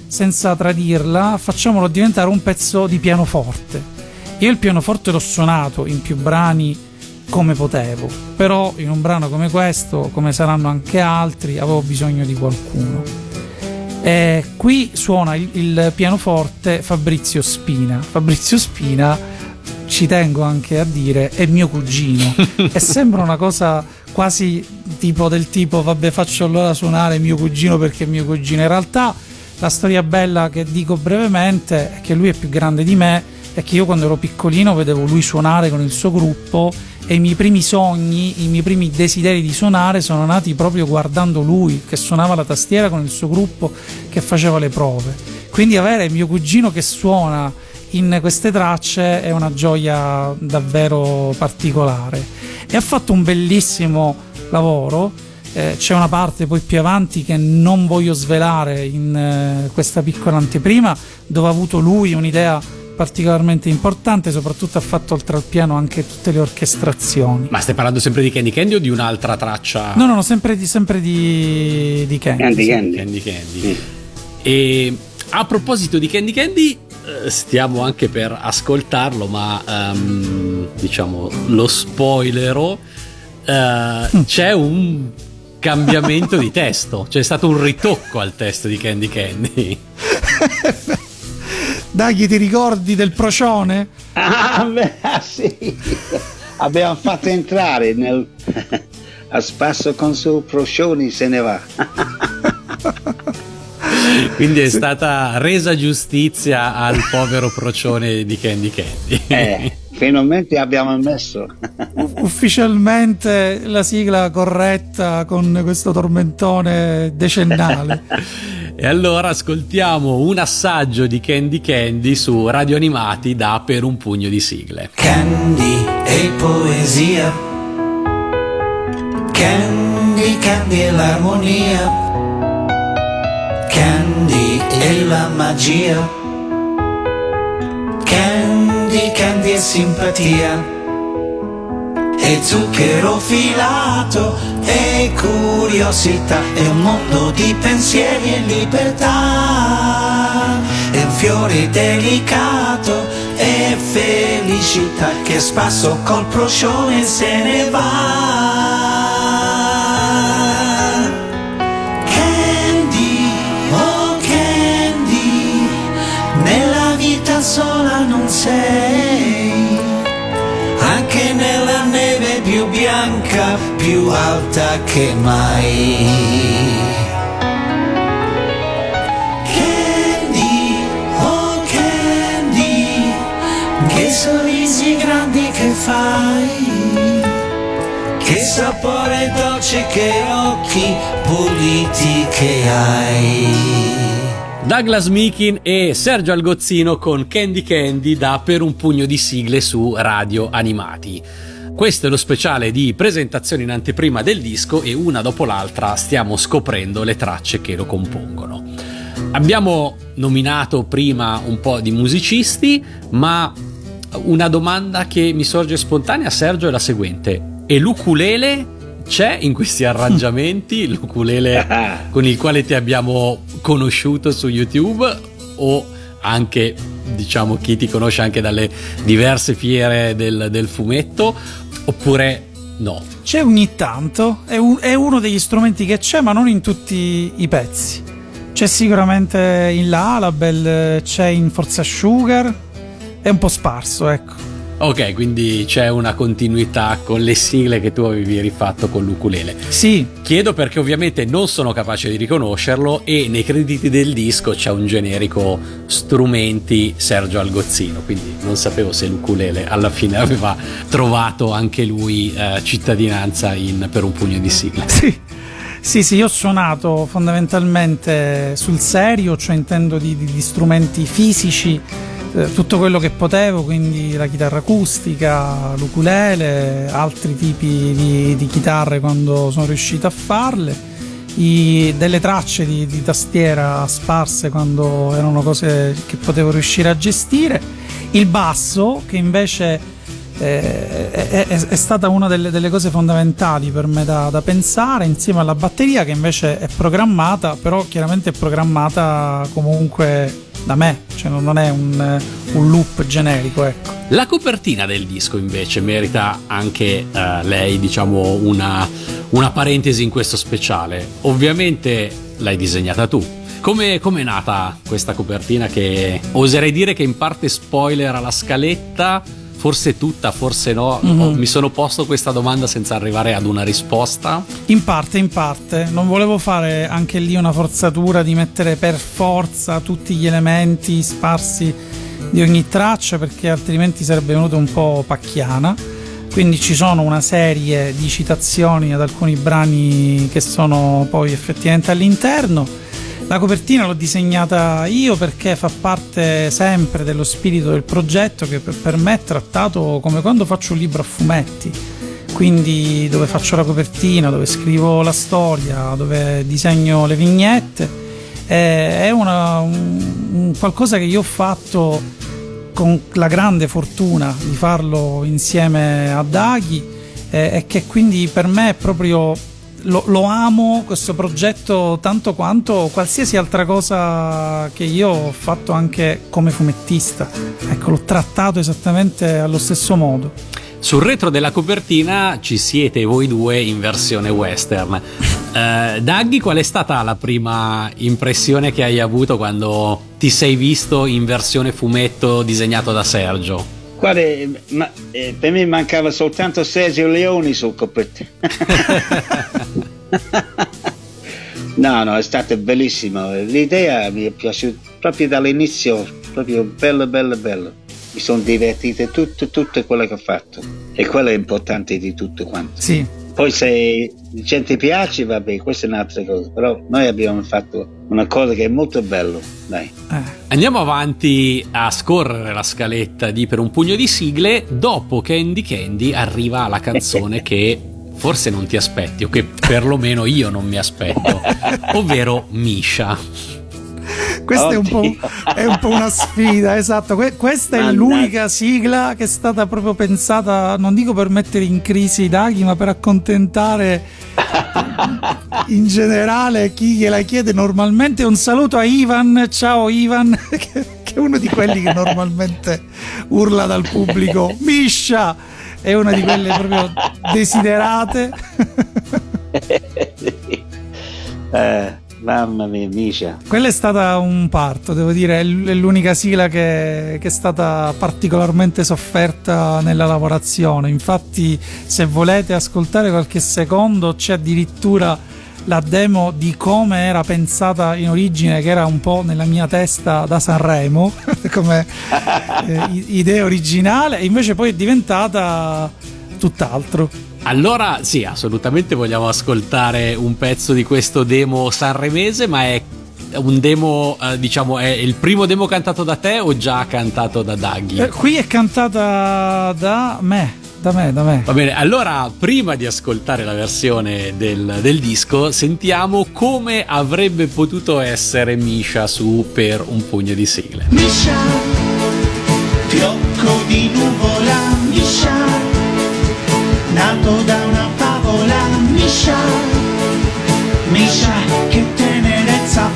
senza tradirla, facciamolo diventare un pezzo di pianoforte. Io il pianoforte l'ho suonato in più brani come potevo, però in un brano come questo, come saranno anche altri, avevo bisogno di qualcuno. E qui suona il pianoforte Fabrizio Spina. Fabrizio Spina, ci tengo anche a dire, è mio cugino e sembra una cosa quasi del tipo vabbè, faccio allora suonare mio cugino perché è mio cugino. In realtà la storia bella che dico brevemente è che lui è più grande di me e che io quando ero piccolino vedevo lui suonare con il suo gruppo e i miei primi sogni, i miei primi desideri di suonare sono nati proprio guardando lui che suonava la tastiera con il suo gruppo, che faceva le prove. Quindi avere mio cugino che suona in queste tracce è una gioia davvero particolare e ha fatto un bellissimo lavoro. C'è una parte poi più avanti che non voglio svelare in questa piccola anteprima, dove ha avuto lui un'idea particolarmente importante, soprattutto ha fatto oltre al piano anche tutte le orchestrazioni. Ma stai parlando sempre di Candy Candy o di un'altra traccia? No, sempre di Candy. Candy. E a proposito di Candy Candy, stiamo anche per ascoltarlo, ma diciamo lo spoilero, c'è un cambiamento di testo, c'è stato un ritocco al testo di Candy Candy. Dai, ti ricordi del procione? Sì. Abbiamo fatto entrare a spasso con suo procione, se ne va. Quindi è stata resa giustizia al povero procione di Candy Candy. Finalmente abbiamo messo ufficialmente la sigla corretta con questo tormentone decennale. E allora ascoltiamo un assaggio di Candy Candy su Radio Animati da Per un pugno di sigle. Candy e poesia, Candy, Candy è l'armonia, Candy è la magia, Candy, Candy è simpatia, e zucchero filato, e curiosità, è un mondo di pensieri e libertà, è un fiore delicato, e felicità, che a spasso col procione se ne va. Candy, oh Candy, nella vita sola non sei, anche nella neve più bianca, più alta che mai. Candy, oh Candy, che sorrisi grandi che fai, che sapore dolce, che occhi puliti che hai. Douglas Meakin e Sergio Algozzino con Candy Candy da Per un pugno di sigle su Radio Animati. Questo è lo speciale di presentazione in anteprima del disco e una dopo l'altra stiamo scoprendo le tracce che lo compongono. Abbiamo nominato prima un po' di musicisti, ma una domanda che mi sorge spontanea, Sergio, è la seguente: e l'ukulele c'è in questi arrangiamenti? L'ukulele con il quale ti abbiamo conosciuto su YouTube, o anche, diciamo, chi ti conosce anche dalle diverse fiere del fumetto, oppure no? C'è ogni tanto, è uno degli strumenti che c'è, ma non in tutti i pezzi. C'è sicuramente in Lalabel, c'è in Forza Sugar, è un po' sparso, ecco. Ok, quindi c'è una continuità con le sigle che tu avevi rifatto con l'ukulele. Sì. Chiedo perché ovviamente non sono capace di riconoscerlo e nei crediti del disco c'è un generico strumenti Sergio Algozzino, quindi non sapevo se l'ukulele alla fine aveva trovato anche lui cittadinanza Per un pugno di sigle. Sì, io ho suonato fondamentalmente sul serio, cioè intendo di strumenti fisici, tutto quello che potevo, quindi la chitarra acustica, l'ukulele, altri tipi di chitarre quando sono riuscito a farle, delle tracce di tastiera sparse quando erano cose che potevo riuscire a gestire, il basso che invece è stata una delle cose fondamentali per me da pensare, insieme alla batteria, che invece è programmata, però chiaramente è programmata comunque da me, cioè non è un loop generico, ecco. La copertina del disco invece merita anche lei, diciamo, una parentesi in questo speciale. Ovviamente l'hai disegnata tu. Come è nata questa copertina, che oserei dire che in parte spoiler alla scaletta, forse tutta, forse no? Mi sono posto questa domanda senza arrivare ad una risposta. In parte, non volevo fare anche lì una forzatura di mettere per forza tutti gli elementi sparsi di ogni traccia, perché altrimenti sarebbe venuto un po' pacchiana. Quindi ci sono una serie di citazioni ad alcuni brani che sono poi effettivamente all'interno. La copertina l'ho disegnata io perché fa parte sempre dello spirito del progetto, che per me è trattato come quando faccio un libro a fumetti, quindi dove faccio la copertina, dove scrivo la storia, dove disegno le vignette. È un qualcosa che io ho fatto con la grande fortuna di farlo insieme a Daghi, e che quindi per me è proprio... Lo amo questo progetto tanto quanto qualsiasi altra cosa che io ho fatto anche come fumettista. Ecco, l'ho trattato esattamente allo stesso modo. Sul retro della copertina ci siete voi due in versione western. Daghi, qual è stata la prima impressione che hai avuto quando ti sei visto in versione fumetto disegnato da Sergio? Guarda, per me mancava soltanto Sergio Leoni sul copertina. No, è stato bellissimo. L'idea mi è piaciuta proprio dall'inizio, proprio bello. Mi sono divertito tutto quello che ho fatto, e quello è importante di tutto quanto. Sì. Poi se la gente piace, vabbè, questa è un'altra cosa, però noi abbiamo fatto una cosa che è molto bello, dai. Andiamo avanti a scorrere la scaletta di Per un pugno di sigle. Dopo Candy Candy arriva la canzone che forse non ti aspetti, o che perlomeno io non mi aspetto, ovvero Misha. Questa è un po' una sfida, esatto. Questa è l'unica sigla che è stata proprio pensata, non dico per mettere in crisi Daghi, ma per accontentare in generale chi gliela chiede normalmente. Un saluto a Ivan, ciao Ivan, che è uno di quelli che normalmente urla dal pubblico Misha, è una di quelle proprio desiderate. Mamma mia, Misha. Quella è stata un parto, devo dire, è l'unica sigla che è stata particolarmente sofferta nella lavorazione. Infatti, se volete ascoltare qualche secondo, c'è addirittura la demo di come era pensata in origine, che era un po' nella mia testa da Sanremo come idea originale, e invece poi è diventata tutt'altro. Allora sì, assolutamente vogliamo ascoltare un pezzo di questo demo sanremese, ma è un demo, diciamo, è il primo demo cantato da te o già cantato da Daghi? Qui è cantata da me. Va bene, allora prima di ascoltare la versione del disco, sentiamo come avrebbe potuto essere Misha su Per un pugno di sigle. Misha, fiocco di nuvola, Misha, nato da una favola, Misha, che tenerezza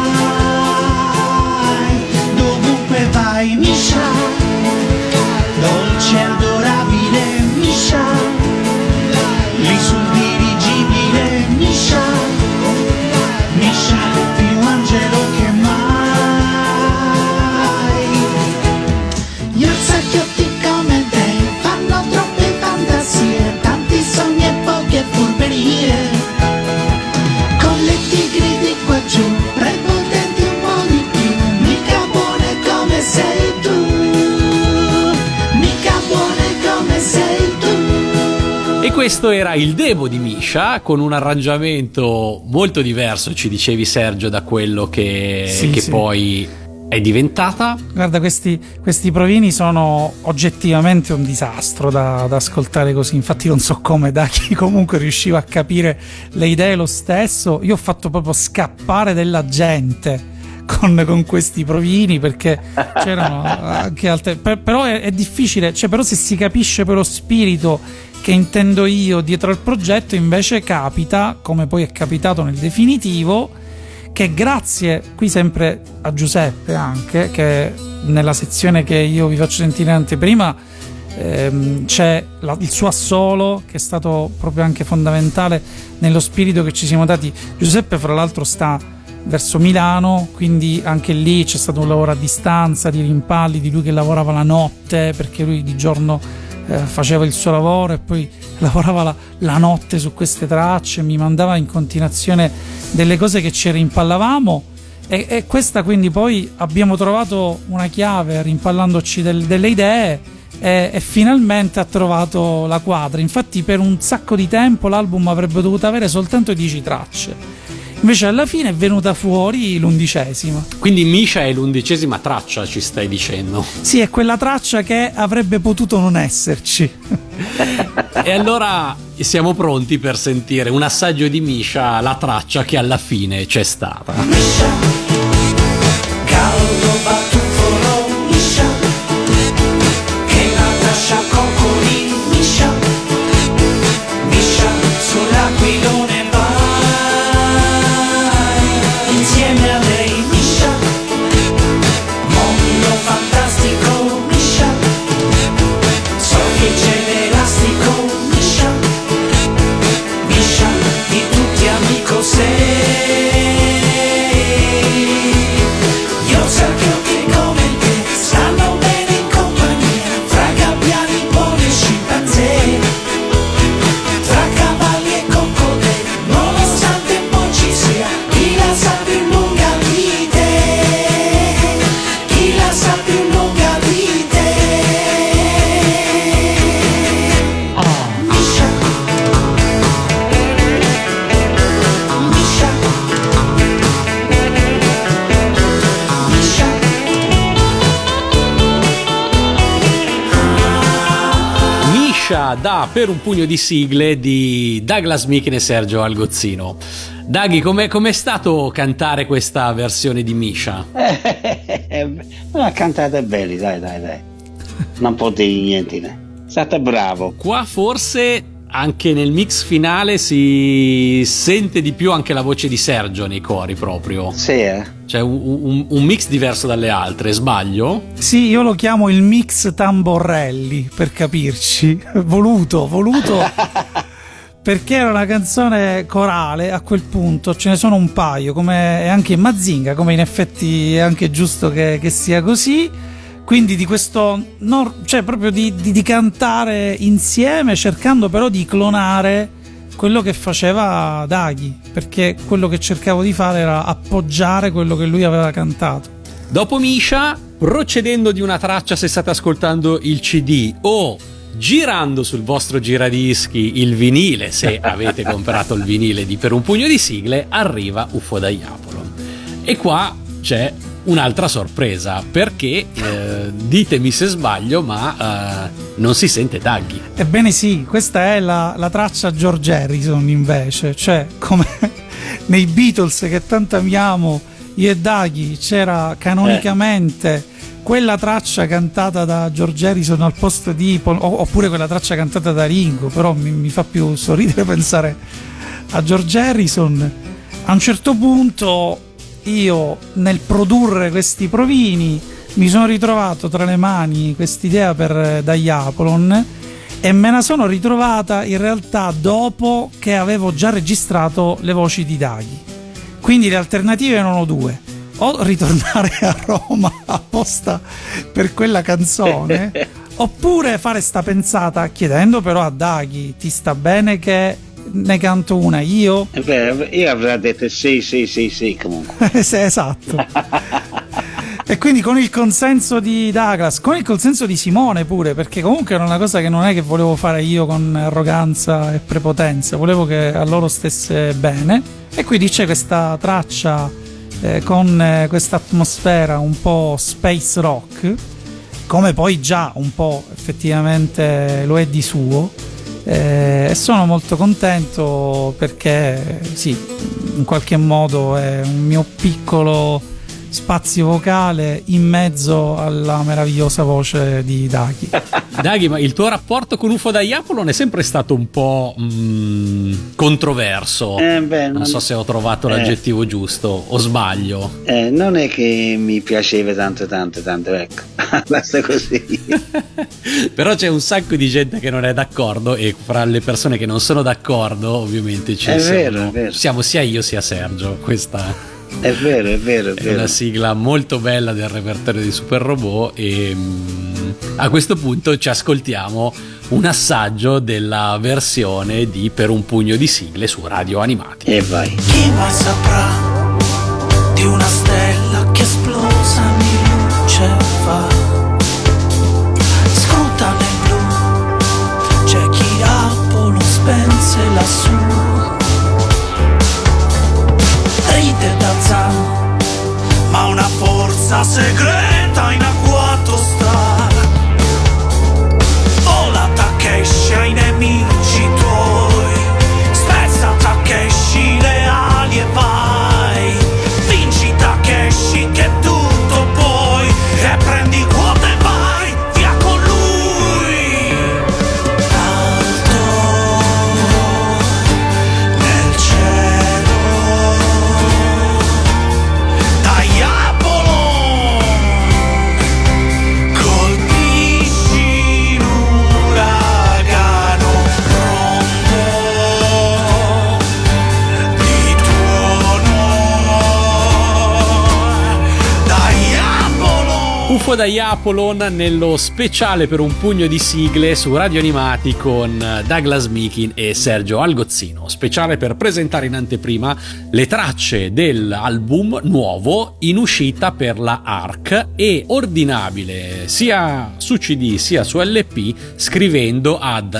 fai, dovunque vai, Misha, dolce e adorabile, Misha, l'insurdirigibile, Misha, più angelo che mai. Gli orsacchiotti come te fanno troppe fantasie, tanti sogni e poche furberie, con le tigri di qua giù, prepotenti un po' di più, mica buone come sei tu, mica buone come sei tu. E questo era il demo di Misha, con un arrangiamento molto diverso, ci dicevi Sergio, da quello che poi è diventata. Guarda, questi provini sono oggettivamente un disastro da ascoltare così. Infatti non so come Daghi comunque riusciva a capire le idee lo stesso. Io ho fatto proprio scappare della gente con questi provini, perché c'erano anche altre, però è difficile, cioè, però se si capisce per lo spirito che intendo io dietro al progetto, invece capita, come poi è capitato nel definitivo, che grazie qui sempre a Giuseppe, anche che nella sezione che io vi faccio sentire in anteprima c'è il suo assolo, che è stato proprio anche fondamentale nello spirito che ci siamo dati. Giuseppe fra l'altro sta verso Milano, quindi anche lì c'è stato un lavoro a distanza, di rimpalli, di lui che lavorava la notte, perché lui di giorno faceva il suo lavoro e poi lavorava la notte su queste tracce, mi mandava in continuazione delle cose che ci rimpallavamo, e questa quindi poi abbiamo trovato una chiave rimpallandoci delle idee, e finalmente ha trovato la quadra. Infatti per un sacco di tempo l'album avrebbe dovuto avere soltanto 10 tracce, invece alla fine è venuta fuori l'11ª. Quindi Misha è l'11ª traccia, ci stai dicendo? Sì, è quella traccia che avrebbe potuto non esserci. E allora siamo pronti per sentire un assaggio di Misha, la traccia che alla fine c'è stata. Misha, caldo batuffolo, Misha, che la lascia coccoli, Misha, Misha, sull'aquilone vai, insieme a lei, Misha, mondo fantastico, Misha, so che c'è l'elastico, Misha, Misha, di tutti amico sei. Io so che occhi come te stanno bene in compagnia, fra gabbiani, buoni e scimpanzé, tra cavalli e coccodrilli, nonostante poi ci sia chi la sa più lunga di te, chi la sa più lunga di te. Misha, Misha, Misha. Misha da Per un pugno di sigle di Douglas Michen e Sergio Algozzino. Daghi, com'è stato cantare questa versione di Misha? Ma cantate bene, dai. Non può dire niente, né? State bravo. Qua forse anche nel mix finale si sente di più anche la voce di Sergio nei cori proprio. Sì, Cioè un mix diverso dalle altre, sbaglio? Sì, io lo chiamo il mix Tamborelli, per capirci. Voluto perché era una canzone corale. A quel punto ce ne sono un paio, come è anche in Mazinga, come in effetti è anche giusto che sia così. Quindi di questo, cioè proprio di cantare insieme, cercando però di clonare quello che faceva Daghi, perché quello che cercavo di fare era appoggiare quello che lui aveva cantato. Dopo Misha, procedendo di una traccia, se state ascoltando il CD o girando sul vostro giradischi il vinile, se avete comprato il vinile di Per un pugno di sigle, arriva UFO da Iapolo. E qua c'è un'altra sorpresa, perché ditemi se sbaglio, ma non si sente Daghi. Ebbene sì, questa è la traccia George Harrison invece, cioè come nei Beatles che tanto amiamo io e Daghi, c'era canonicamente quella traccia cantata da George Harrison al posto di oppure quella traccia cantata da Ringo, però mi fa più sorridere pensare a George Harrison. A un certo punto io, nel produrre questi provini, mi sono ritrovato tra le mani quest'idea per Diapolon, e me la sono ritrovata in realtà dopo che avevo già registrato le voci di Daghi. Quindi le alternative erano due: o ritornare a Roma apposta per quella canzone, oppure fare sta pensata chiedendo però a Daghi: ti sta bene che ne canto una io? Io avrei detto sì comunque. Sì, esatto. E quindi con il consenso di Douglas, con il consenso di Simone pure, perché comunque era una cosa che non è che volevo fare io con arroganza e prepotenza, volevo che a loro stesse bene. E quindi c'è questa traccia con questa atmosfera un po' space rock, come poi già un po' effettivamente lo è di suo. E sono molto contento perché sì, in qualche modo è un mio piccolo spazio vocale in mezzo alla meravigliosa voce di Daghi. Daghi, ma il tuo rapporto con UFO Diapolon è sempre stato un po' controverso. Non so se ho trovato l'aggettivo giusto o sbaglio. Non è che mi piaceva tanto, ecco. Basta così. Però c'è un sacco di gente che non è d'accordo, e fra le persone che non sono d'accordo ovviamente ci sono. Vero. Siamo sia io sia Sergio. Questa è vero. È una sigla molto bella del repertorio di Super Robot, e a questo punto ci ascoltiamo un assaggio della versione di Per un pugno di sigle su Radio Animati. E vai. Chi mai saprà di una stella che esplosa di luce fa? Scruta nel blu, c'è chi Apollo spense lassù. Ride da Zan, ma una forza segreta in agguato sta. Vola Takeshi ai nemici tuoi, spezza Takeshi le ali e vai. Vinci Takeshi che tutto puoi, e prendi quota e vai via con lui. Alto nel cielo, Diapolon colpisci l'uragano rombo di tuono. Diapolon. UFO Diapolon nello speciale Per un pugno di sigle su Radio Animati con Douglas Meakin e Sergio Algozzino. Speciale per presentare in anteprima le tracce dell'album nuovo in uscita per la ARC, e ordinabile sia su CD sia su LP scrivendo ad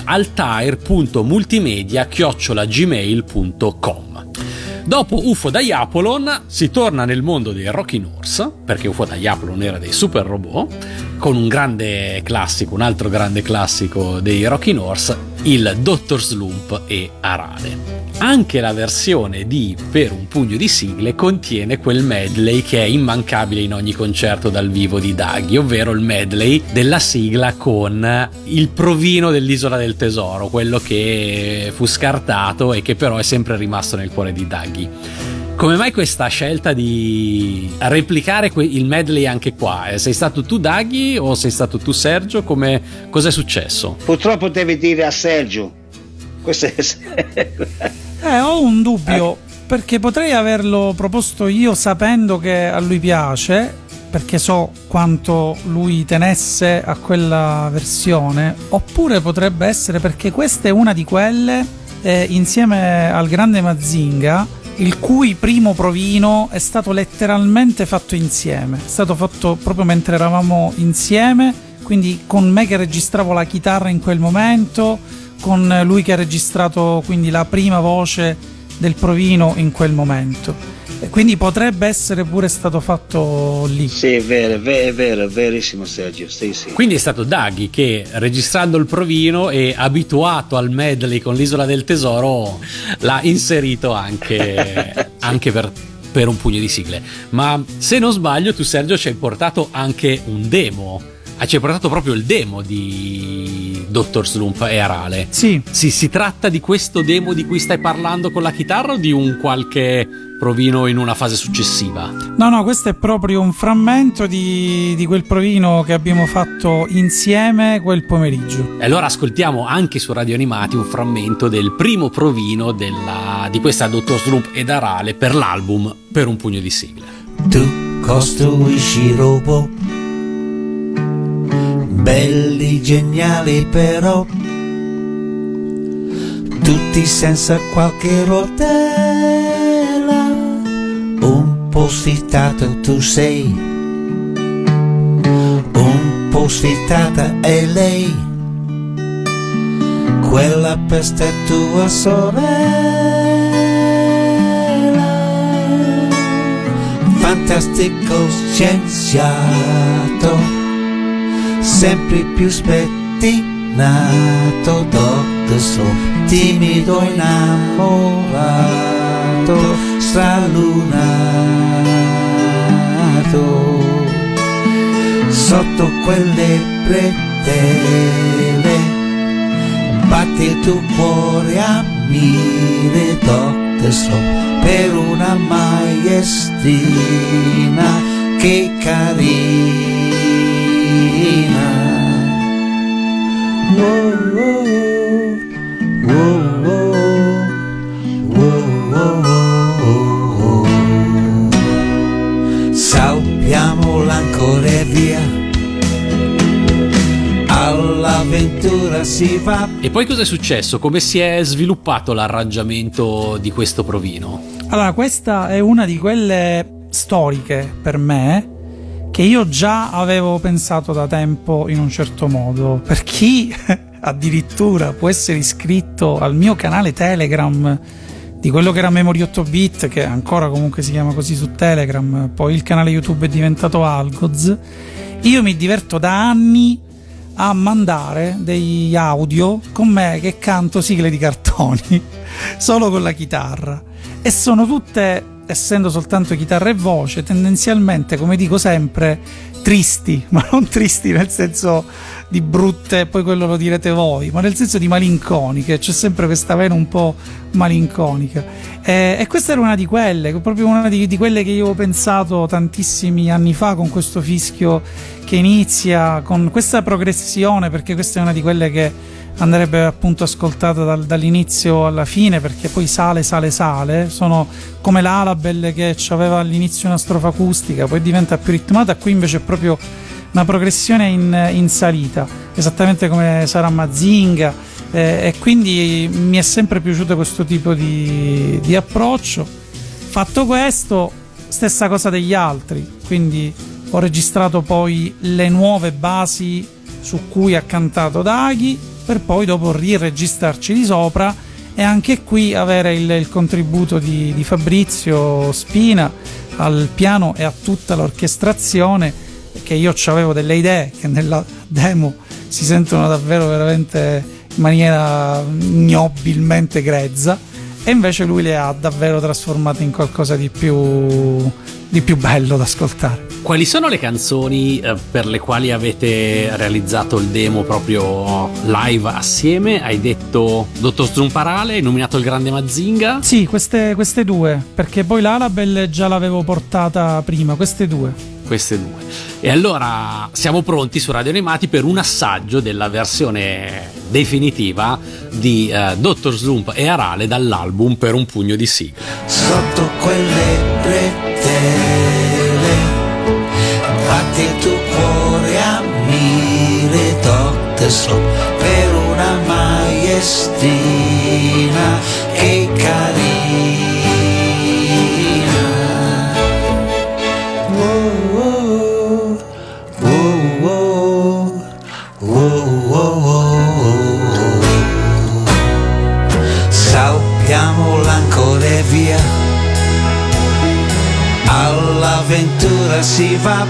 altair.multimedia@gmail.com. Dopo UFO Diapolon si torna nel mondo dei Rocking Horse, perché UFO Diapolon era dei Super Robot, con un grande classico, un altro grande classico dei Rocking Horse, il Dr. Slump e Arale. Anche la versione di Per un pugno di sigle contiene quel medley che è immancabile in ogni concerto dal vivo di Daghi, ovvero il medley della sigla con il provino dell'Isola del Tesoro, quello che fu scartato e che però è sempre rimasto nel cuore di Daghi. Come mai questa scelta di replicare il medley anche qua? Sei stato tu Daghi o sei stato tu Sergio? Cos'è successo? Purtroppo devi dire a Sergio. Questo è... Ho un dubbio, perché potrei averlo proposto io sapendo che a lui piace, perché so quanto lui tenesse a quella versione, oppure potrebbe essere perché questa è una di quelle, insieme al grande Mazinga, il cui primo provino è stato letteralmente fatto insieme, è stato fatto proprio mentre eravamo insieme, quindi con me che registravo la chitarra in quel momento, con lui che ha registrato quindi la prima voce del provino in quel momento, e quindi potrebbe essere pure stato fatto lì. Sì, è vero, verissimo Sergio, sì. Quindi è stato Daghi che, registrando il provino e abituato al medley con l'Isola del Tesoro, l'ha inserito anche per un pugno di sigle. Ma se non sbaglio tu Sergio ci hai portato anche un demo. Ci hai portato proprio il demo di Dr. Slump e Arale. Sì. Si tratta di questo demo di cui stai parlando con la chitarra o di un qualche provino in una fase successiva? No, questo è proprio un frammento di quel provino che abbiamo fatto insieme quel pomeriggio. E allora ascoltiamo anche su Radio Animati un frammento del primo provino di questa Dr. Slump ed Arale per l'album Per un pugno di sigle. Tu costruisci robot belli, geniali però, tutti senza qualche rotella, un po' sfittato tu sei, un po' sfittata è lei, quella peste è tua sorella, fantastico scienziato, sempre più spettinato, Dr. Slump, timido innamorato, stralunato. sotto quelle bretelle, batti il tuo cuore a mille Dr. Slope per una maestrina che carina. Wow, wow, wow, wow, wow, wow. Salpiamola ancora e via, all'avventura si va. E poi cosa è successo? Come si è sviluppato l'arrangiamento di questo provino? Allora, questa è una di quelle storiche per me che io già avevo pensato da tempo in un certo modo. Per chi addirittura può essere iscritto al mio canale Telegram di quello che era Memory 8 bit, che ancora comunque si chiama così su Telegram, poi il canale YouTube è diventato Algoz, io mi diverto da anni a mandare degli audio con me che canto sigle di cartoni solo con la chitarra, e sono tutte, essendo soltanto chitarra e voce, tendenzialmente, come dico sempre, tristi, ma non tristi nel senso di brutte, poi quello lo direte voi, ma nel senso di malinconiche. C'è sempre questa vena un po' malinconica, e questa era una di quelle, proprio una di quelle che io ho pensato tantissimi anni fa, con questo fischio che inizia con questa progressione, perché questa è una di quelle che andrebbe appunto ascoltata dall'inizio alla fine, perché poi sale, sono come l'Alabel che aveva all'inizio una strofa acustica, poi diventa più ritmata, qui invece è proprio una progressione in salita, esattamente come sarà Mazinga, e quindi mi è sempre piaciuto questo tipo di approccio. Fatto questo, stessa cosa degli altri, quindi ho registrato poi le nuove basi su cui ha cantato Daghi, per poi dopo riregistrarci di sopra, e anche qui avere il contributo di Fabrizio Spina al piano e a tutta l'orchestrazione, che io avevo delle idee che nella demo si sentono davvero veramente in maniera ignobilmente grezza, e invece lui le ha davvero trasformate in qualcosa di più bello da ascoltare. Quali sono le canzoni per le quali avete realizzato il demo proprio live assieme? Hai detto Dottor Zumparale, hai nominato il grande Mazinga? Sì, queste due, perché poi l'Alabel già l'avevo portata prima, queste due. E allora siamo pronti su Radio Animati per un assaggio della versione definitiva di Dottor Slump e Arale dall'album Per un pugno di sigle. Sotto quelle bretelle, batti il tuo cuore a mille Dr. Slope per una maestrina che carina. Salpiamola ancora e via, all'avventura si va,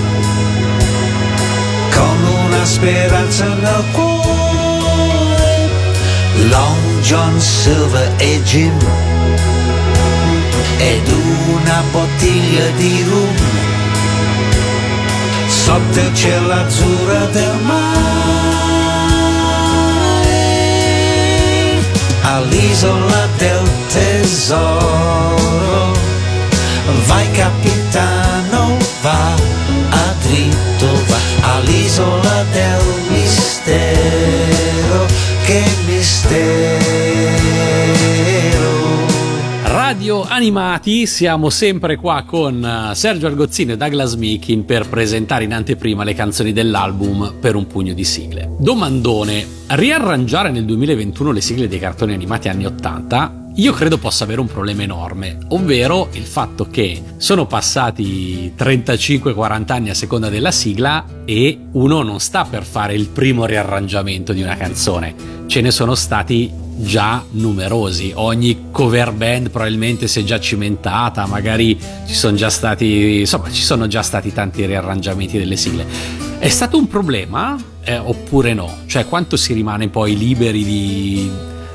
con una speranza nel cuore, Long John Silver e Jim, ed una bottiglia di rum, sotto il cielo azzurro del mare, all'isola del tesoro. Vai capitano, va a dritto, va all'isola del mistero, che mistero. Radio Animati, siamo sempre qua con Sergio Argozzino e Douglas Meakin per presentare in anteprima le canzoni dell'album Per un pugno di sigle. Domandone: riarrangiare nel 2021 le sigle dei cartoni animati anni 80 io credo possa avere un problema enorme, ovvero il fatto che sono passati 35-40 anni a seconda della sigla e uno non sta per fare il primo riarrangiamento di una canzone, ce ne sono stati già numerosi, ogni cover band probabilmente si è già cimentata, magari ci sono già stati tanti riarrangiamenti delle sigle. È stato un problema oppure no? Cioè, quanto si rimane poi liberi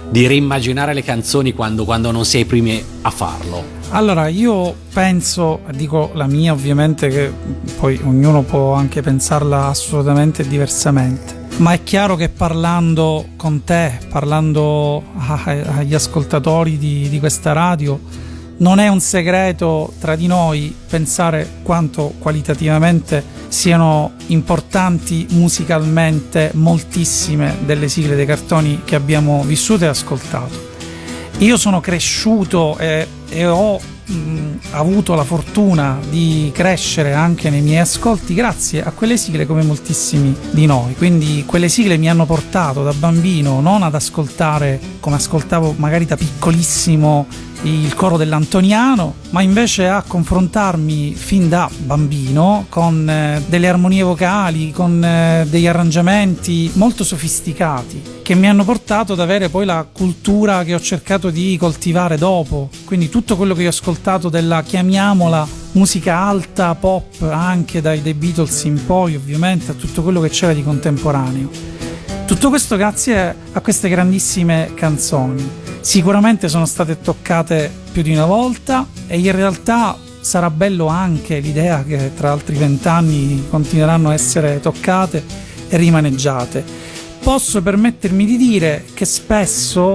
di reimmaginare le canzoni quando non sei i primi a farlo? Allora, io penso, dico la mia ovviamente, che poi ognuno può anche pensarla assolutamente diversamente, ma è chiaro che parlando con te, parlando agli ascoltatori di questa radio, non è un segreto tra di noi pensare quanto qualitativamente siano importanti musicalmente moltissime delle sigle dei cartoni che abbiamo vissuto e ascoltato. Io sono cresciuto e ho avuto la fortuna di crescere anche nei miei ascolti grazie a quelle sigle, come moltissimi di noi. Quindi quelle sigle mi hanno portato da bambino non ad ascoltare come ascoltavo magari da piccolissimo il coro dell'Antoniano, ma invece a confrontarmi fin da bambino con delle armonie vocali, con degli arrangiamenti molto sofisticati che mi hanno portato ad avere poi la cultura che ho cercato di coltivare dopo. Quindi tutto quello che ho ascoltato della, chiamiamola, musica alta, pop, anche dai Beatles in poi, ovviamente, a tutto quello che c'era di contemporaneo. Tutto questo grazie a queste grandissime canzoni. Sicuramente sono state toccate più di una volta e in realtà sarà bello anche l'idea che tra altri 20 anni continueranno a essere toccate e rimaneggiate. Posso permettermi di dire che spesso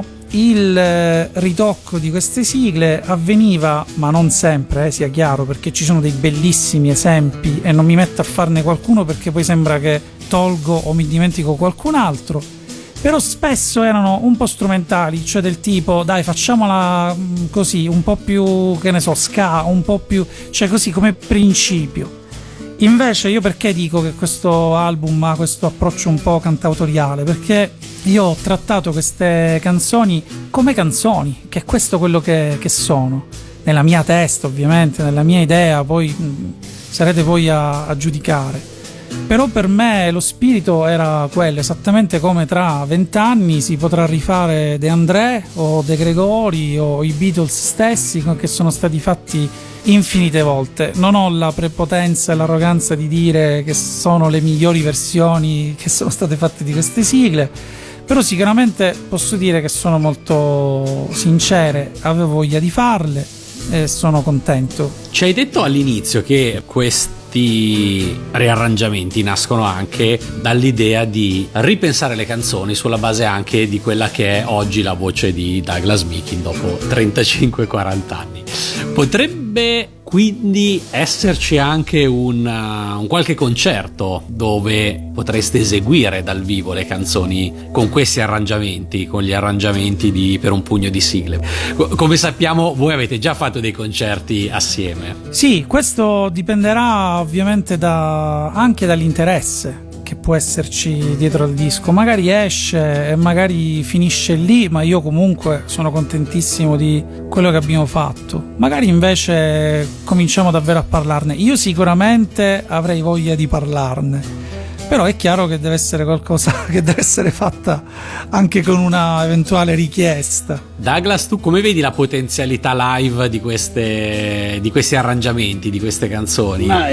il ritocco di queste sigle avveniva, ma non sempre, sia chiaro, perché ci sono dei bellissimi esempi e non mi metto a farne qualcuno perché poi sembra che tolgo o mi dimentico qualcun altro, però spesso erano un po' strumentali, cioè del tipo dai facciamola così, un po' più, che ne so, ska, un po' più, cioè così come principio. Invece io perché dico che questo album ha questo approccio un po' cantautoriale? Perché io ho trattato queste canzoni come canzoni, che è questo quello che sono, nella mia testa ovviamente, nella mia idea, poi sarete voi a giudicare. Però per me lo spirito era quello, esattamente come tra 20 anni si potrà rifare De André o De Gregori o i Beatles stessi, che sono stati fatti infinite volte. Non ho la prepotenza e l'arroganza di dire che sono le migliori versioni che sono state fatte di queste sigle, però sicuramente posso dire che sono molto sincere, avevo voglia di farle e sono contento. Ci hai detto all'inizio che questi riarrangiamenti nascono anche dall'idea di ripensare le canzoni sulla base anche di quella che è oggi la voce di Douglas Meekin dopo 35-40 anni. Potrebbe quindi esserci anche un qualche concerto dove potreste eseguire dal vivo le canzoni con questi arrangiamenti, con gli arrangiamenti per un pugno di sigle. Come sappiamo voi avete già fatto dei concerti assieme. Sì, questo dipenderà ovviamente anche dall'interesse che può esserci dietro al disco. Magari esce e magari finisce lì, ma io comunque sono contentissimo di quello che abbiamo fatto. Magari invece cominciamo davvero a parlarne. Io sicuramente avrei voglia di parlarne, però è chiaro che deve essere qualcosa che deve essere fatta anche con una eventuale richiesta. Douglas, tu come vedi la potenzialità live di questi arrangiamenti, di queste canzoni? Ma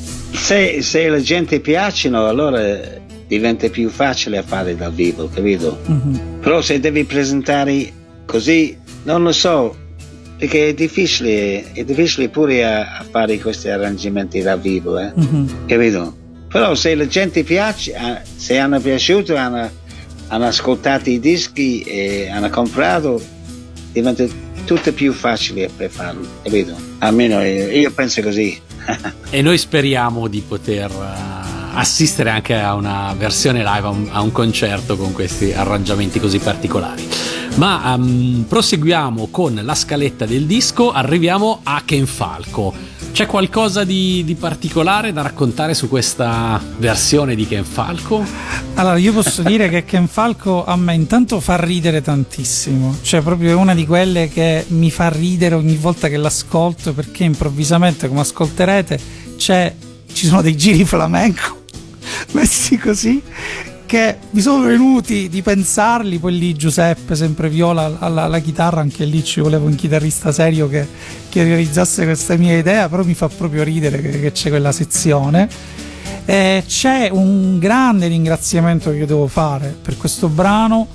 se la gente piacciono, allora diventa più facile a fare dal vivo, capito? Mm-hmm. Però se devi presentare così, non lo so, perché è difficile pure a fare questi arrangiamenti dal vivo, mm-hmm. Capito? Però se la gente piace, se hanno piaciuto, hanno ascoltato i dischi e hanno comprato, diventa tutto più facile per farlo, capito? Almeno io penso così. E noi speriamo di poter assistere anche a una versione live, a un concerto con questi arrangiamenti così particolari. Ma proseguiamo con la scaletta del disco, arriviamo a Ken Falco. C'è qualcosa di particolare da raccontare su questa versione di Ken Falco? Allora, io posso dire che Ken Falco a me intanto fa ridere tantissimo, cioè proprio è una di quelle che mi fa ridere ogni volta che l'ascolto, perché improvvisamente, come ascolterete, ci sono dei giri flamenco messi così che mi sono venuti di pensarli. Poi lì Giuseppe, sempre viola alla chitarra, anche lì ci volevo un chitarrista serio che realizzasse questa mia idea, però mi fa proprio ridere che c'è quella sezione. C'è un grande ringraziamento che io devo fare per questo brano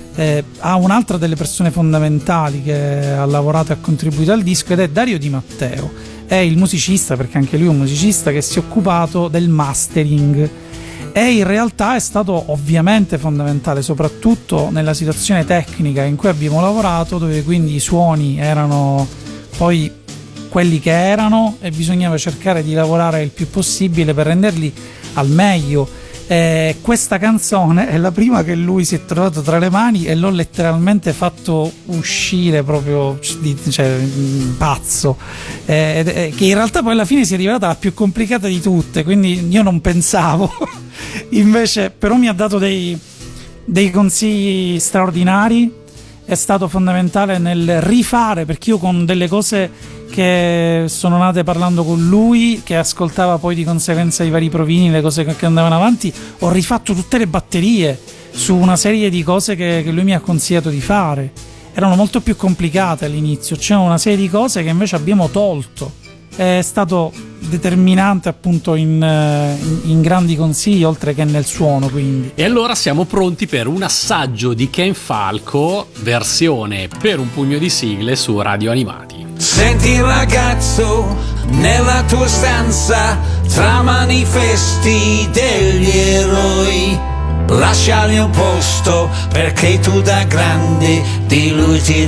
ha un'altra delle persone fondamentali che ha lavorato e ha contribuito al disco, ed è Dario Di Matteo. È il musicista, perché anche lui è un musicista, che si è occupato del mastering, e in realtà è stato ovviamente fondamentale soprattutto nella situazione tecnica in cui abbiamo lavorato, dove quindi i suoni erano poi quelli che erano e bisognava cercare di lavorare il più possibile per renderli al meglio. Questa canzone è la prima che lui si è trovato tra le mani e l'ho letteralmente fatto uscire proprio, cioè, pazzo, che in realtà poi alla fine si è rivelata la più complicata di tutte, quindi io non pensavo invece, però mi ha dato dei consigli straordinari, è stato fondamentale nel rifare, perché io con delle cose che sono nate parlando con lui, che ascoltava poi di conseguenza i vari provini, le cose che andavano avanti, ho rifatto tutte le batterie su una serie di cose che lui mi ha consigliato di fare. Erano molto più complicate all'inizio, c'erano una serie di cose che invece abbiamo tolto. È stato determinante appunto in grandi consigli, oltre che nel suono, quindi. E allora siamo pronti per un assaggio di Ken Falco, versione Per un pugno di sigle su Radio Animati. Senti ragazzo, nella tua stanza, tra manifesti degli eroi, lasciali un posto, perché tu da grande di lui ti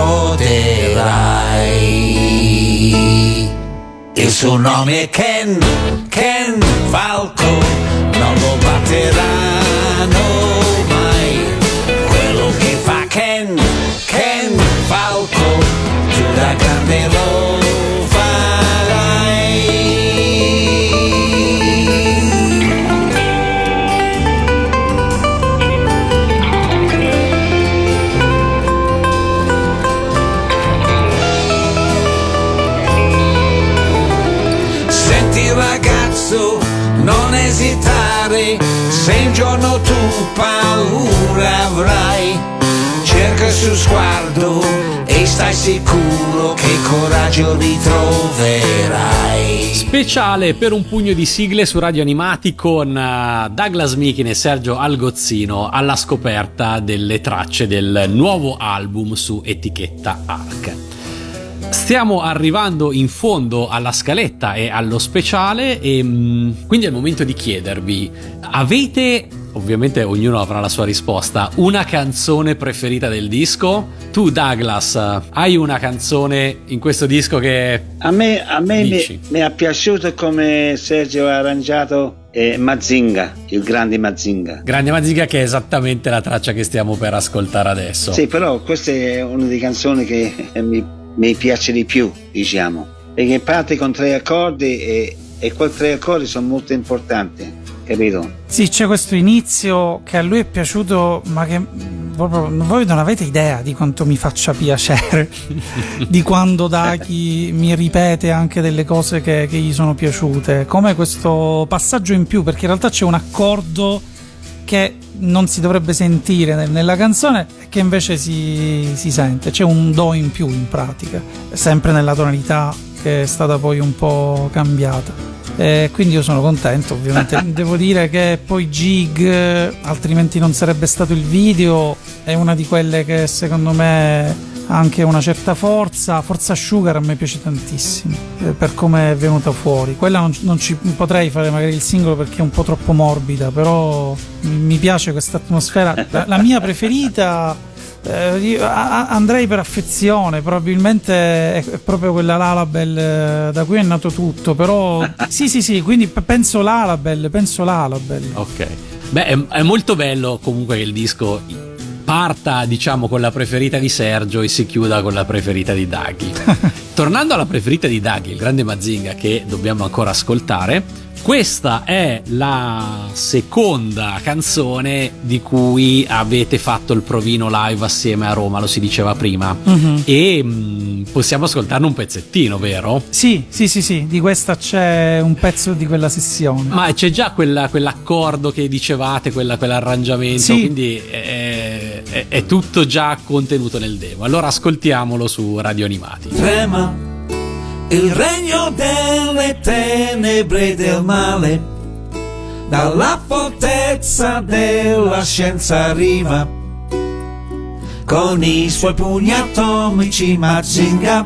ricorderai. Il suo nome è Ken Falco, non lo batteranno mai. Quello che fa Ken Falco, tu da grande lo farai. Senti ragazzo, non esitare, se un giorno tu paura avrai, cerca il suo sguardo e stai sicuro che coraggio ritroverai. Speciale Per un pugno di sigle su Radio Animati con Douglas Mikin e Sergio Algozzino alla scoperta delle tracce del nuovo album su etichetta Arc. Stiamo arrivando in fondo alla scaletta e allo speciale, e quindi è il momento di chiedervi: avete, ovviamente ognuno avrà la sua risposta, una canzone preferita del disco? Tu Douglas, hai una canzone in questo disco che a me mi è piaciuto come Sergio ha arrangiato Mazinga, il grande Mazinga. Grande Mazinga, che è esattamente la traccia che stiamo per ascoltare adesso. Sì, però questa è una delle canzoni che mi piace di più, diciamo, perché parte con 3 accordi e quei 3 accordi sono molto importanti, capito? Sì, c'è questo inizio che a lui è piaciuto, ma che proprio voi non avete idea di quanto mi faccia piacere di quando Daki mi ripete anche delle cose che gli sono piaciute, come questo passaggio in più, perché in realtà c'è un accordo che non si dovrebbe sentire nella canzone e che invece si sente. C'è un do in più in pratica, sempre nella tonalità che è stata poi un po' cambiata, e quindi io sono contento. Ovviamente devo dire che poi Gig, altrimenti non sarebbe stato il video, è una di quelle che secondo me ha anche una certa forza. Sugar a me piace tantissimo, per come è venuta fuori. Quella non ci potrei fare magari il singolo perché è un po' troppo morbida, però mi piace questa atmosfera. La mia preferita, andrei per affezione, probabilmente è proprio quella Lalabel, da cui è nato tutto. Però sì, quindi penso Lalabel. Ok, beh, è molto bello comunque che il disco parta, diciamo, con la preferita di Sergio e si chiuda con la preferita di Daghi. Tornando alla preferita di Daghi, il grande Mazinga, che dobbiamo ancora ascoltare, questa è la seconda canzone di cui avete fatto il provino live assieme a Roma, lo si diceva prima, e possiamo ascoltarne un pezzettino, vero? Sì, di questa c'è un pezzo di quella sessione. Ma c'è già quell'accordo che dicevate, quell'arrangiamento, sì. Quindi è tutto già contenuto nel demo. Allora ascoltiamolo su Radio Animati. Trema il regno delle tenebre e del male, dalla fortezza della scienza arriva con i suoi pugni atomici Mazinga.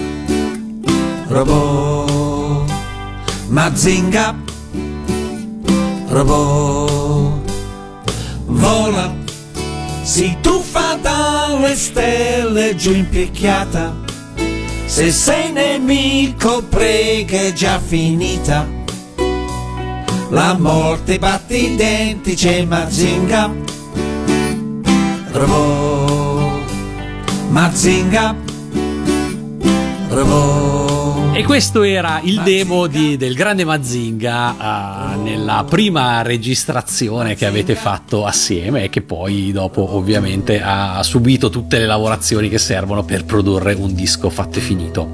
Robot Mazinga, robot vola, si tuffa dalle stelle giù in picchiata. Se sei nemico prega è già finita. La morte batte i denti, c'è Mazinga. Robot Mazinga, robot. E questo era il demo del grande Mazinga nella prima registrazione che avete fatto assieme e che poi dopo ovviamente ha subito tutte le lavorazioni che servono per produrre un disco fatto e finito.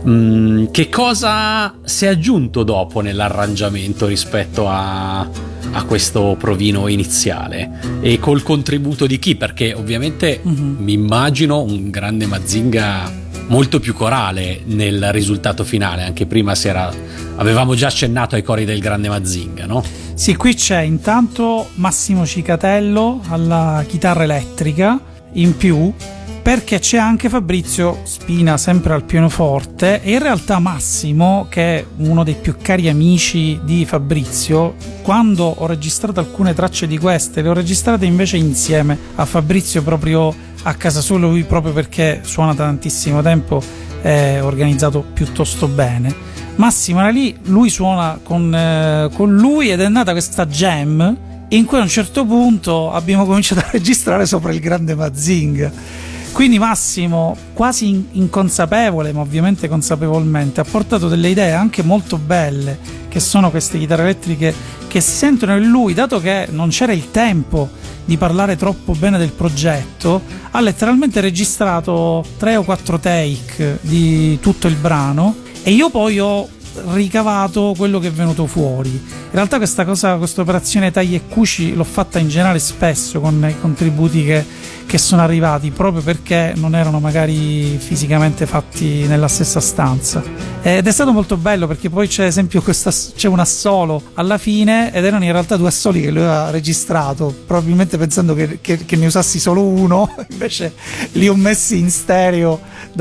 Che cosa si è aggiunto dopo nell'arrangiamento rispetto a questo provino iniziale e col contributo di chi? Perché ovviamente mi immagino un grande Mazinga molto più corale nel risultato finale. Anche prima avevamo già accennato ai cori del grande Mazinga, no? Sì, qui c'è intanto Massimo Cicatello alla chitarra elettrica in più, perché c'è anche Fabrizio Spina sempre al pianoforte, e in realtà Massimo, che è uno dei più cari amici di Fabrizio, quando ho registrato alcune tracce di queste le ho registrate invece insieme a Fabrizio proprio a casa sua, lui proprio perché suona da tantissimo tempo, è organizzato piuttosto bene. Massimo era lì, lui suona con lui, ed è nata questa jam in cui a un certo punto abbiamo cominciato a registrare sopra il grande Mazinga. Quindi Massimo, quasi inconsapevole ma ovviamente consapevolmente, ha portato delle idee anche molto belle, che sono queste chitarre elettriche che si sentono in lui, dato che non c'era il tempo di parlare troppo bene del progetto, ha letteralmente registrato 3 o 4 take di tutto il brano, e io poi ho ricavato quello che è venuto fuori. In realtà questa operazione tagli e cuci l'ho fatta in generale spesso con i contributi che sono arrivati, proprio perché non erano magari fisicamente fatti nella stessa stanza, ed è stato molto bello perché poi c'è, ad esempio, c'è un assolo alla fine, ed erano in realtà 2 assoli che lui aveva registrato, probabilmente pensando che ne usassi solo uno, invece li ho messi in stereo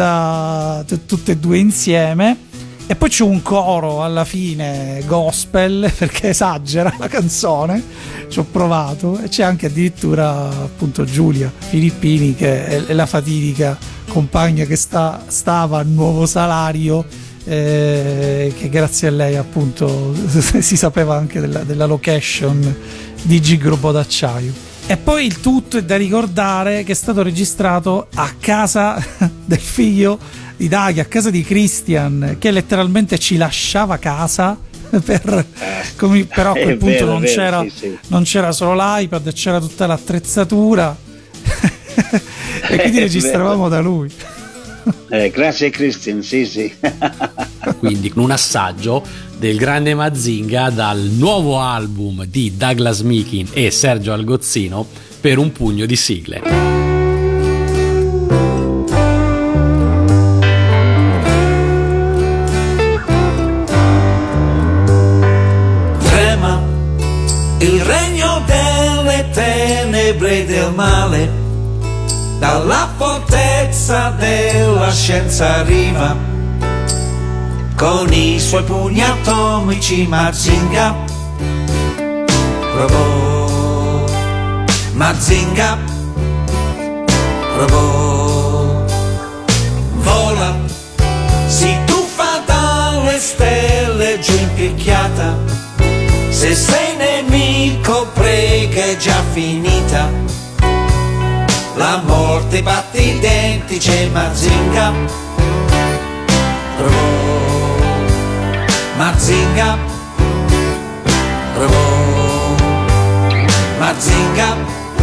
da tutte e 2 insieme. E poi c'è un coro alla fine gospel, perché esagera la canzone, ci ho provato, e c'è anche addirittura appunto Giulia Filippini, che è la fatidica compagna che stava al Nuovo Salario, che grazie a lei appunto si sapeva anche della location di Gig Robot d'Acciaio. E poi il tutto è da ricordare che è stato registrato a casa del figlio di Daghi, a casa di Christian, che letteralmente ci lasciava casa però a quel punto non c'era solo l'iPad, c'era tutta l'attrezzatura e quindi registravamo da lui. Grazie Christian, sì. Quindi un assaggio del grande Mazinga dal nuovo album di Douglas Meakin e Sergio Algozzino, Per un pugno di sigle. Il regno delle tenebre e del male, dalla fortezza della scienza arriva, con i suoi pugni atomici Mazinga. Robot Mazinga, robot vola, si tuffa dalle stelle giù in picchiata. Se sei nemico prega è già finita. La morte batte i denti, c'è Mazinga. Robot Mazinga, robot Mazinga,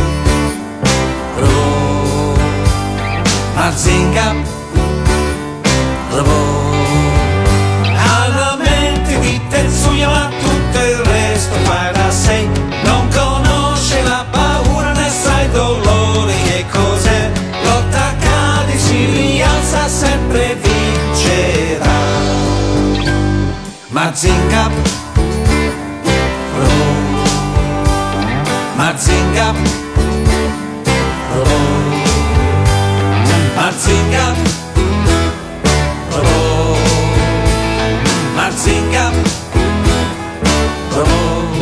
robot Mazinga, robot. Alla mente di Tetsuya, ma tutto il resto fai da sé. Non conosce la paura né sa il dolore che cos'è. Lotta, cade, si rialza, sempre vincerà. Mazinga, Mazinga,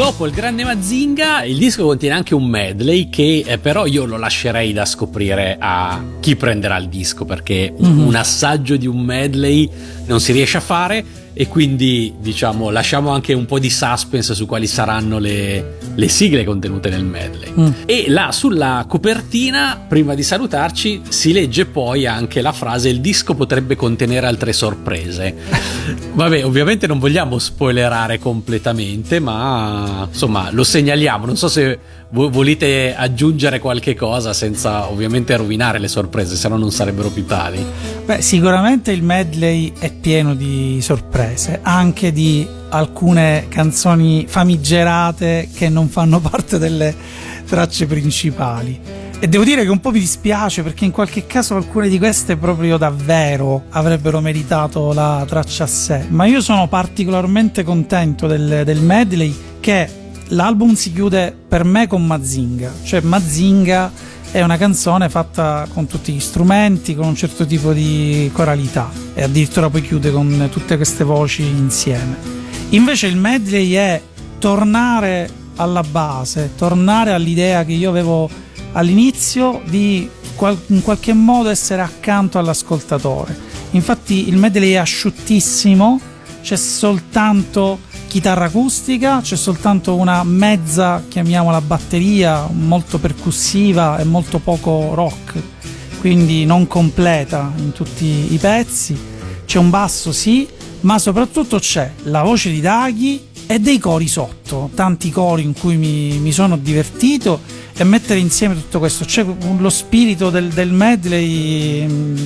Dopo il grande Mazinga, il disco contiene anche un medley che però io lo lascerei da scoprire a chi prenderà il disco, perché un assaggio di un medley non si riesce a fare, e quindi diciamo lasciamo anche un po' di suspense su quali saranno le sigle contenute nel medley. E là sulla copertina, prima di salutarci, si legge poi anche la frase: il disco potrebbe contenere altre sorprese. Vabbè, ovviamente non vogliamo spoilerare completamente, ma insomma lo segnaliamo. Non so se volete aggiungere qualche cosa senza ovviamente rovinare le sorprese, se no non sarebbero più tali. Beh, sicuramente il medley è pieno di sorprese, anche di alcune canzoni famigerate che non fanno parte delle tracce principali. E devo dire che un po' mi dispiace, perché in qualche caso alcune di queste proprio davvero avrebbero meritato la traccia a sé. Ma io sono particolarmente contento del medley, che l'album si chiude per me con Mazinga. Cioè Mazinga è una canzone fatta con tutti gli strumenti, con un certo tipo di coralità, e addirittura poi chiude con tutte queste voci insieme. Invece il medley è tornare alla base, tornare all'idea che io avevo all'inizio di in qualche modo essere accanto all'ascoltatore. Infatti il medley è asciuttissimo, c'è soltanto chitarra acustica, c'è soltanto una mezza, chiamiamola batteria, molto percussiva e molto poco rock, quindi non completa in tutti i pezzi. C'è un basso, sì, ma soprattutto c'è la voce di Daghi e dei cori sotto, tanti cori in cui mi sono divertito, e mettere insieme tutto questo, c'è lo spirito del medley,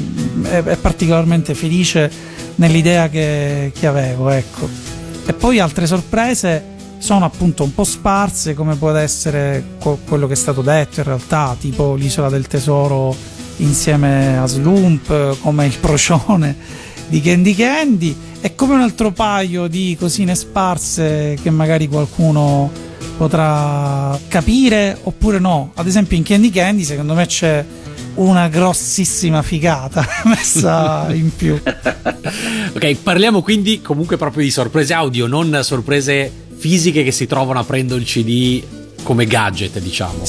è particolarmente felice nell'idea che avevo, ecco. E poi altre sorprese sono appunto un po' sparse, come può essere quello che è stato detto in realtà, tipo l'Isola del Tesoro insieme a Slump, come il procione di Candy Candy, e come un altro paio di cosine sparse che magari qualcuno potrà capire oppure no. Ad esempio in Candy Candy secondo me c'è una grossissima figata messa in più. Ok, parliamo quindi comunque proprio di sorprese audio, non sorprese fisiche che si trovano aprendo il CD come gadget, diciamo.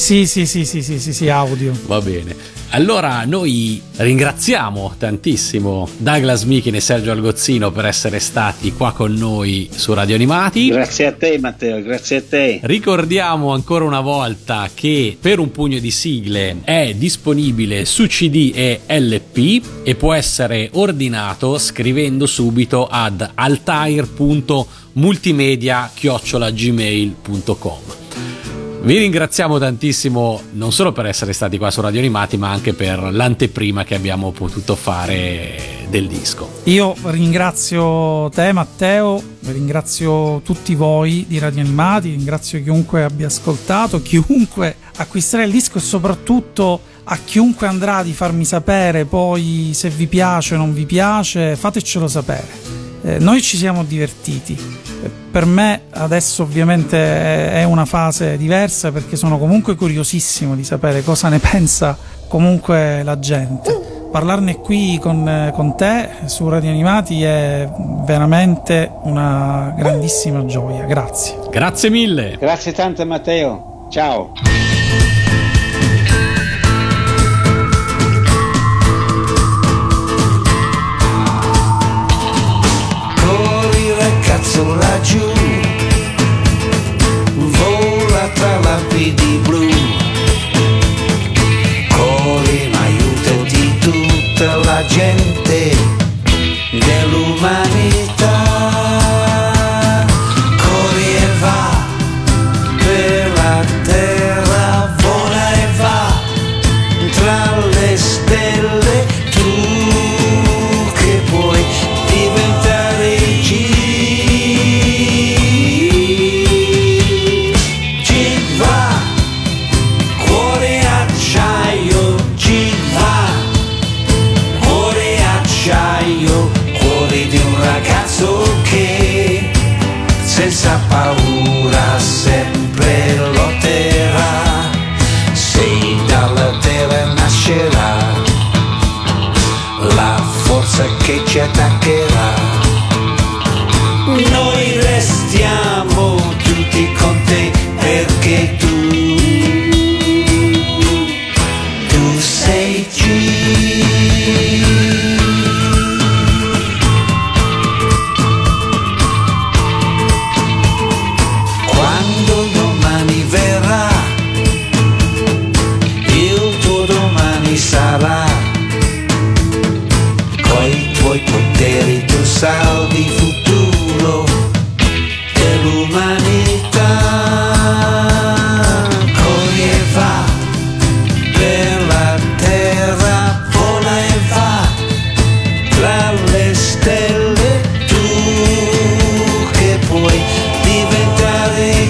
Sì, audio. Va bene. Allora noi ringraziamo tantissimo Douglas Mikin e Sergio Algozzino per essere stati qua con noi su Radio Animati. Grazie a te Matteo, grazie a te. Ricordiamo ancora una volta che Per un pugno di sigle è disponibile su CD e LP e può essere ordinato scrivendo subito ad altair.multimedia@gmail.com. Vi ringraziamo tantissimo non solo per essere stati qua su Radio Animati, ma anche per l'anteprima che abbiamo potuto fare del disco. Io ringrazio te Matteo, ringrazio tutti voi di Radio Animati, ringrazio chiunque abbia ascoltato, chiunque acquisterà il disco, e soprattutto a chiunque andrà di farmi sapere poi se vi piace o non vi piace, fatecelo sapere. Noi ci siamo divertiti. Per me adesso ovviamente è una fase diversa, perché sono comunque curiosissimo di sapere cosa ne pensa comunque la gente. Parlarne qui con te su Radio Animati è veramente una grandissima gioia. Grazie. Grazie mille. Grazie tante Matteo. Ciao. Ragazzo laggiù, vola tra lampidi blu, corri in aiuto di tutta la gente dell'umanità, corri e va per la terra, vola e va tra le stelle, tu che puoi diventare senza paura sempre lotterà, se dalla terra nascerà la forza che ci attaccherà. Noi restiamo tutti con te, l'umanità corre e va per la terra, vola e va tra le stelle, tu che puoi diventare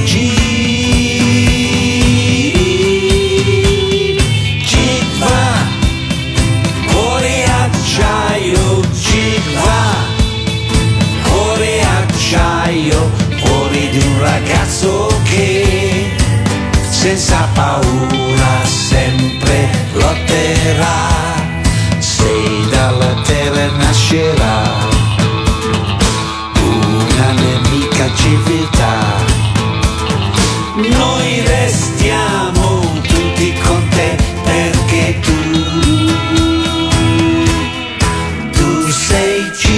Gig va, cuore acciaio, Gig va, cuore acciaio, cuore di un ragazzo che senza paura sempre lotterà, sei dalla terra nascerà una nemica civiltà. Noi restiamo tutti con te perché tu sei G.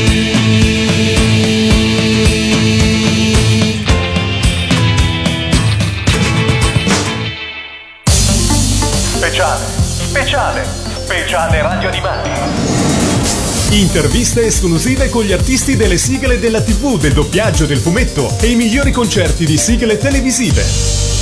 Speciale Radio Animati. Interviste esclusive con gli artisti delle sigle della TV, del doppiaggio, del fumetto e i migliori concerti di sigle televisive.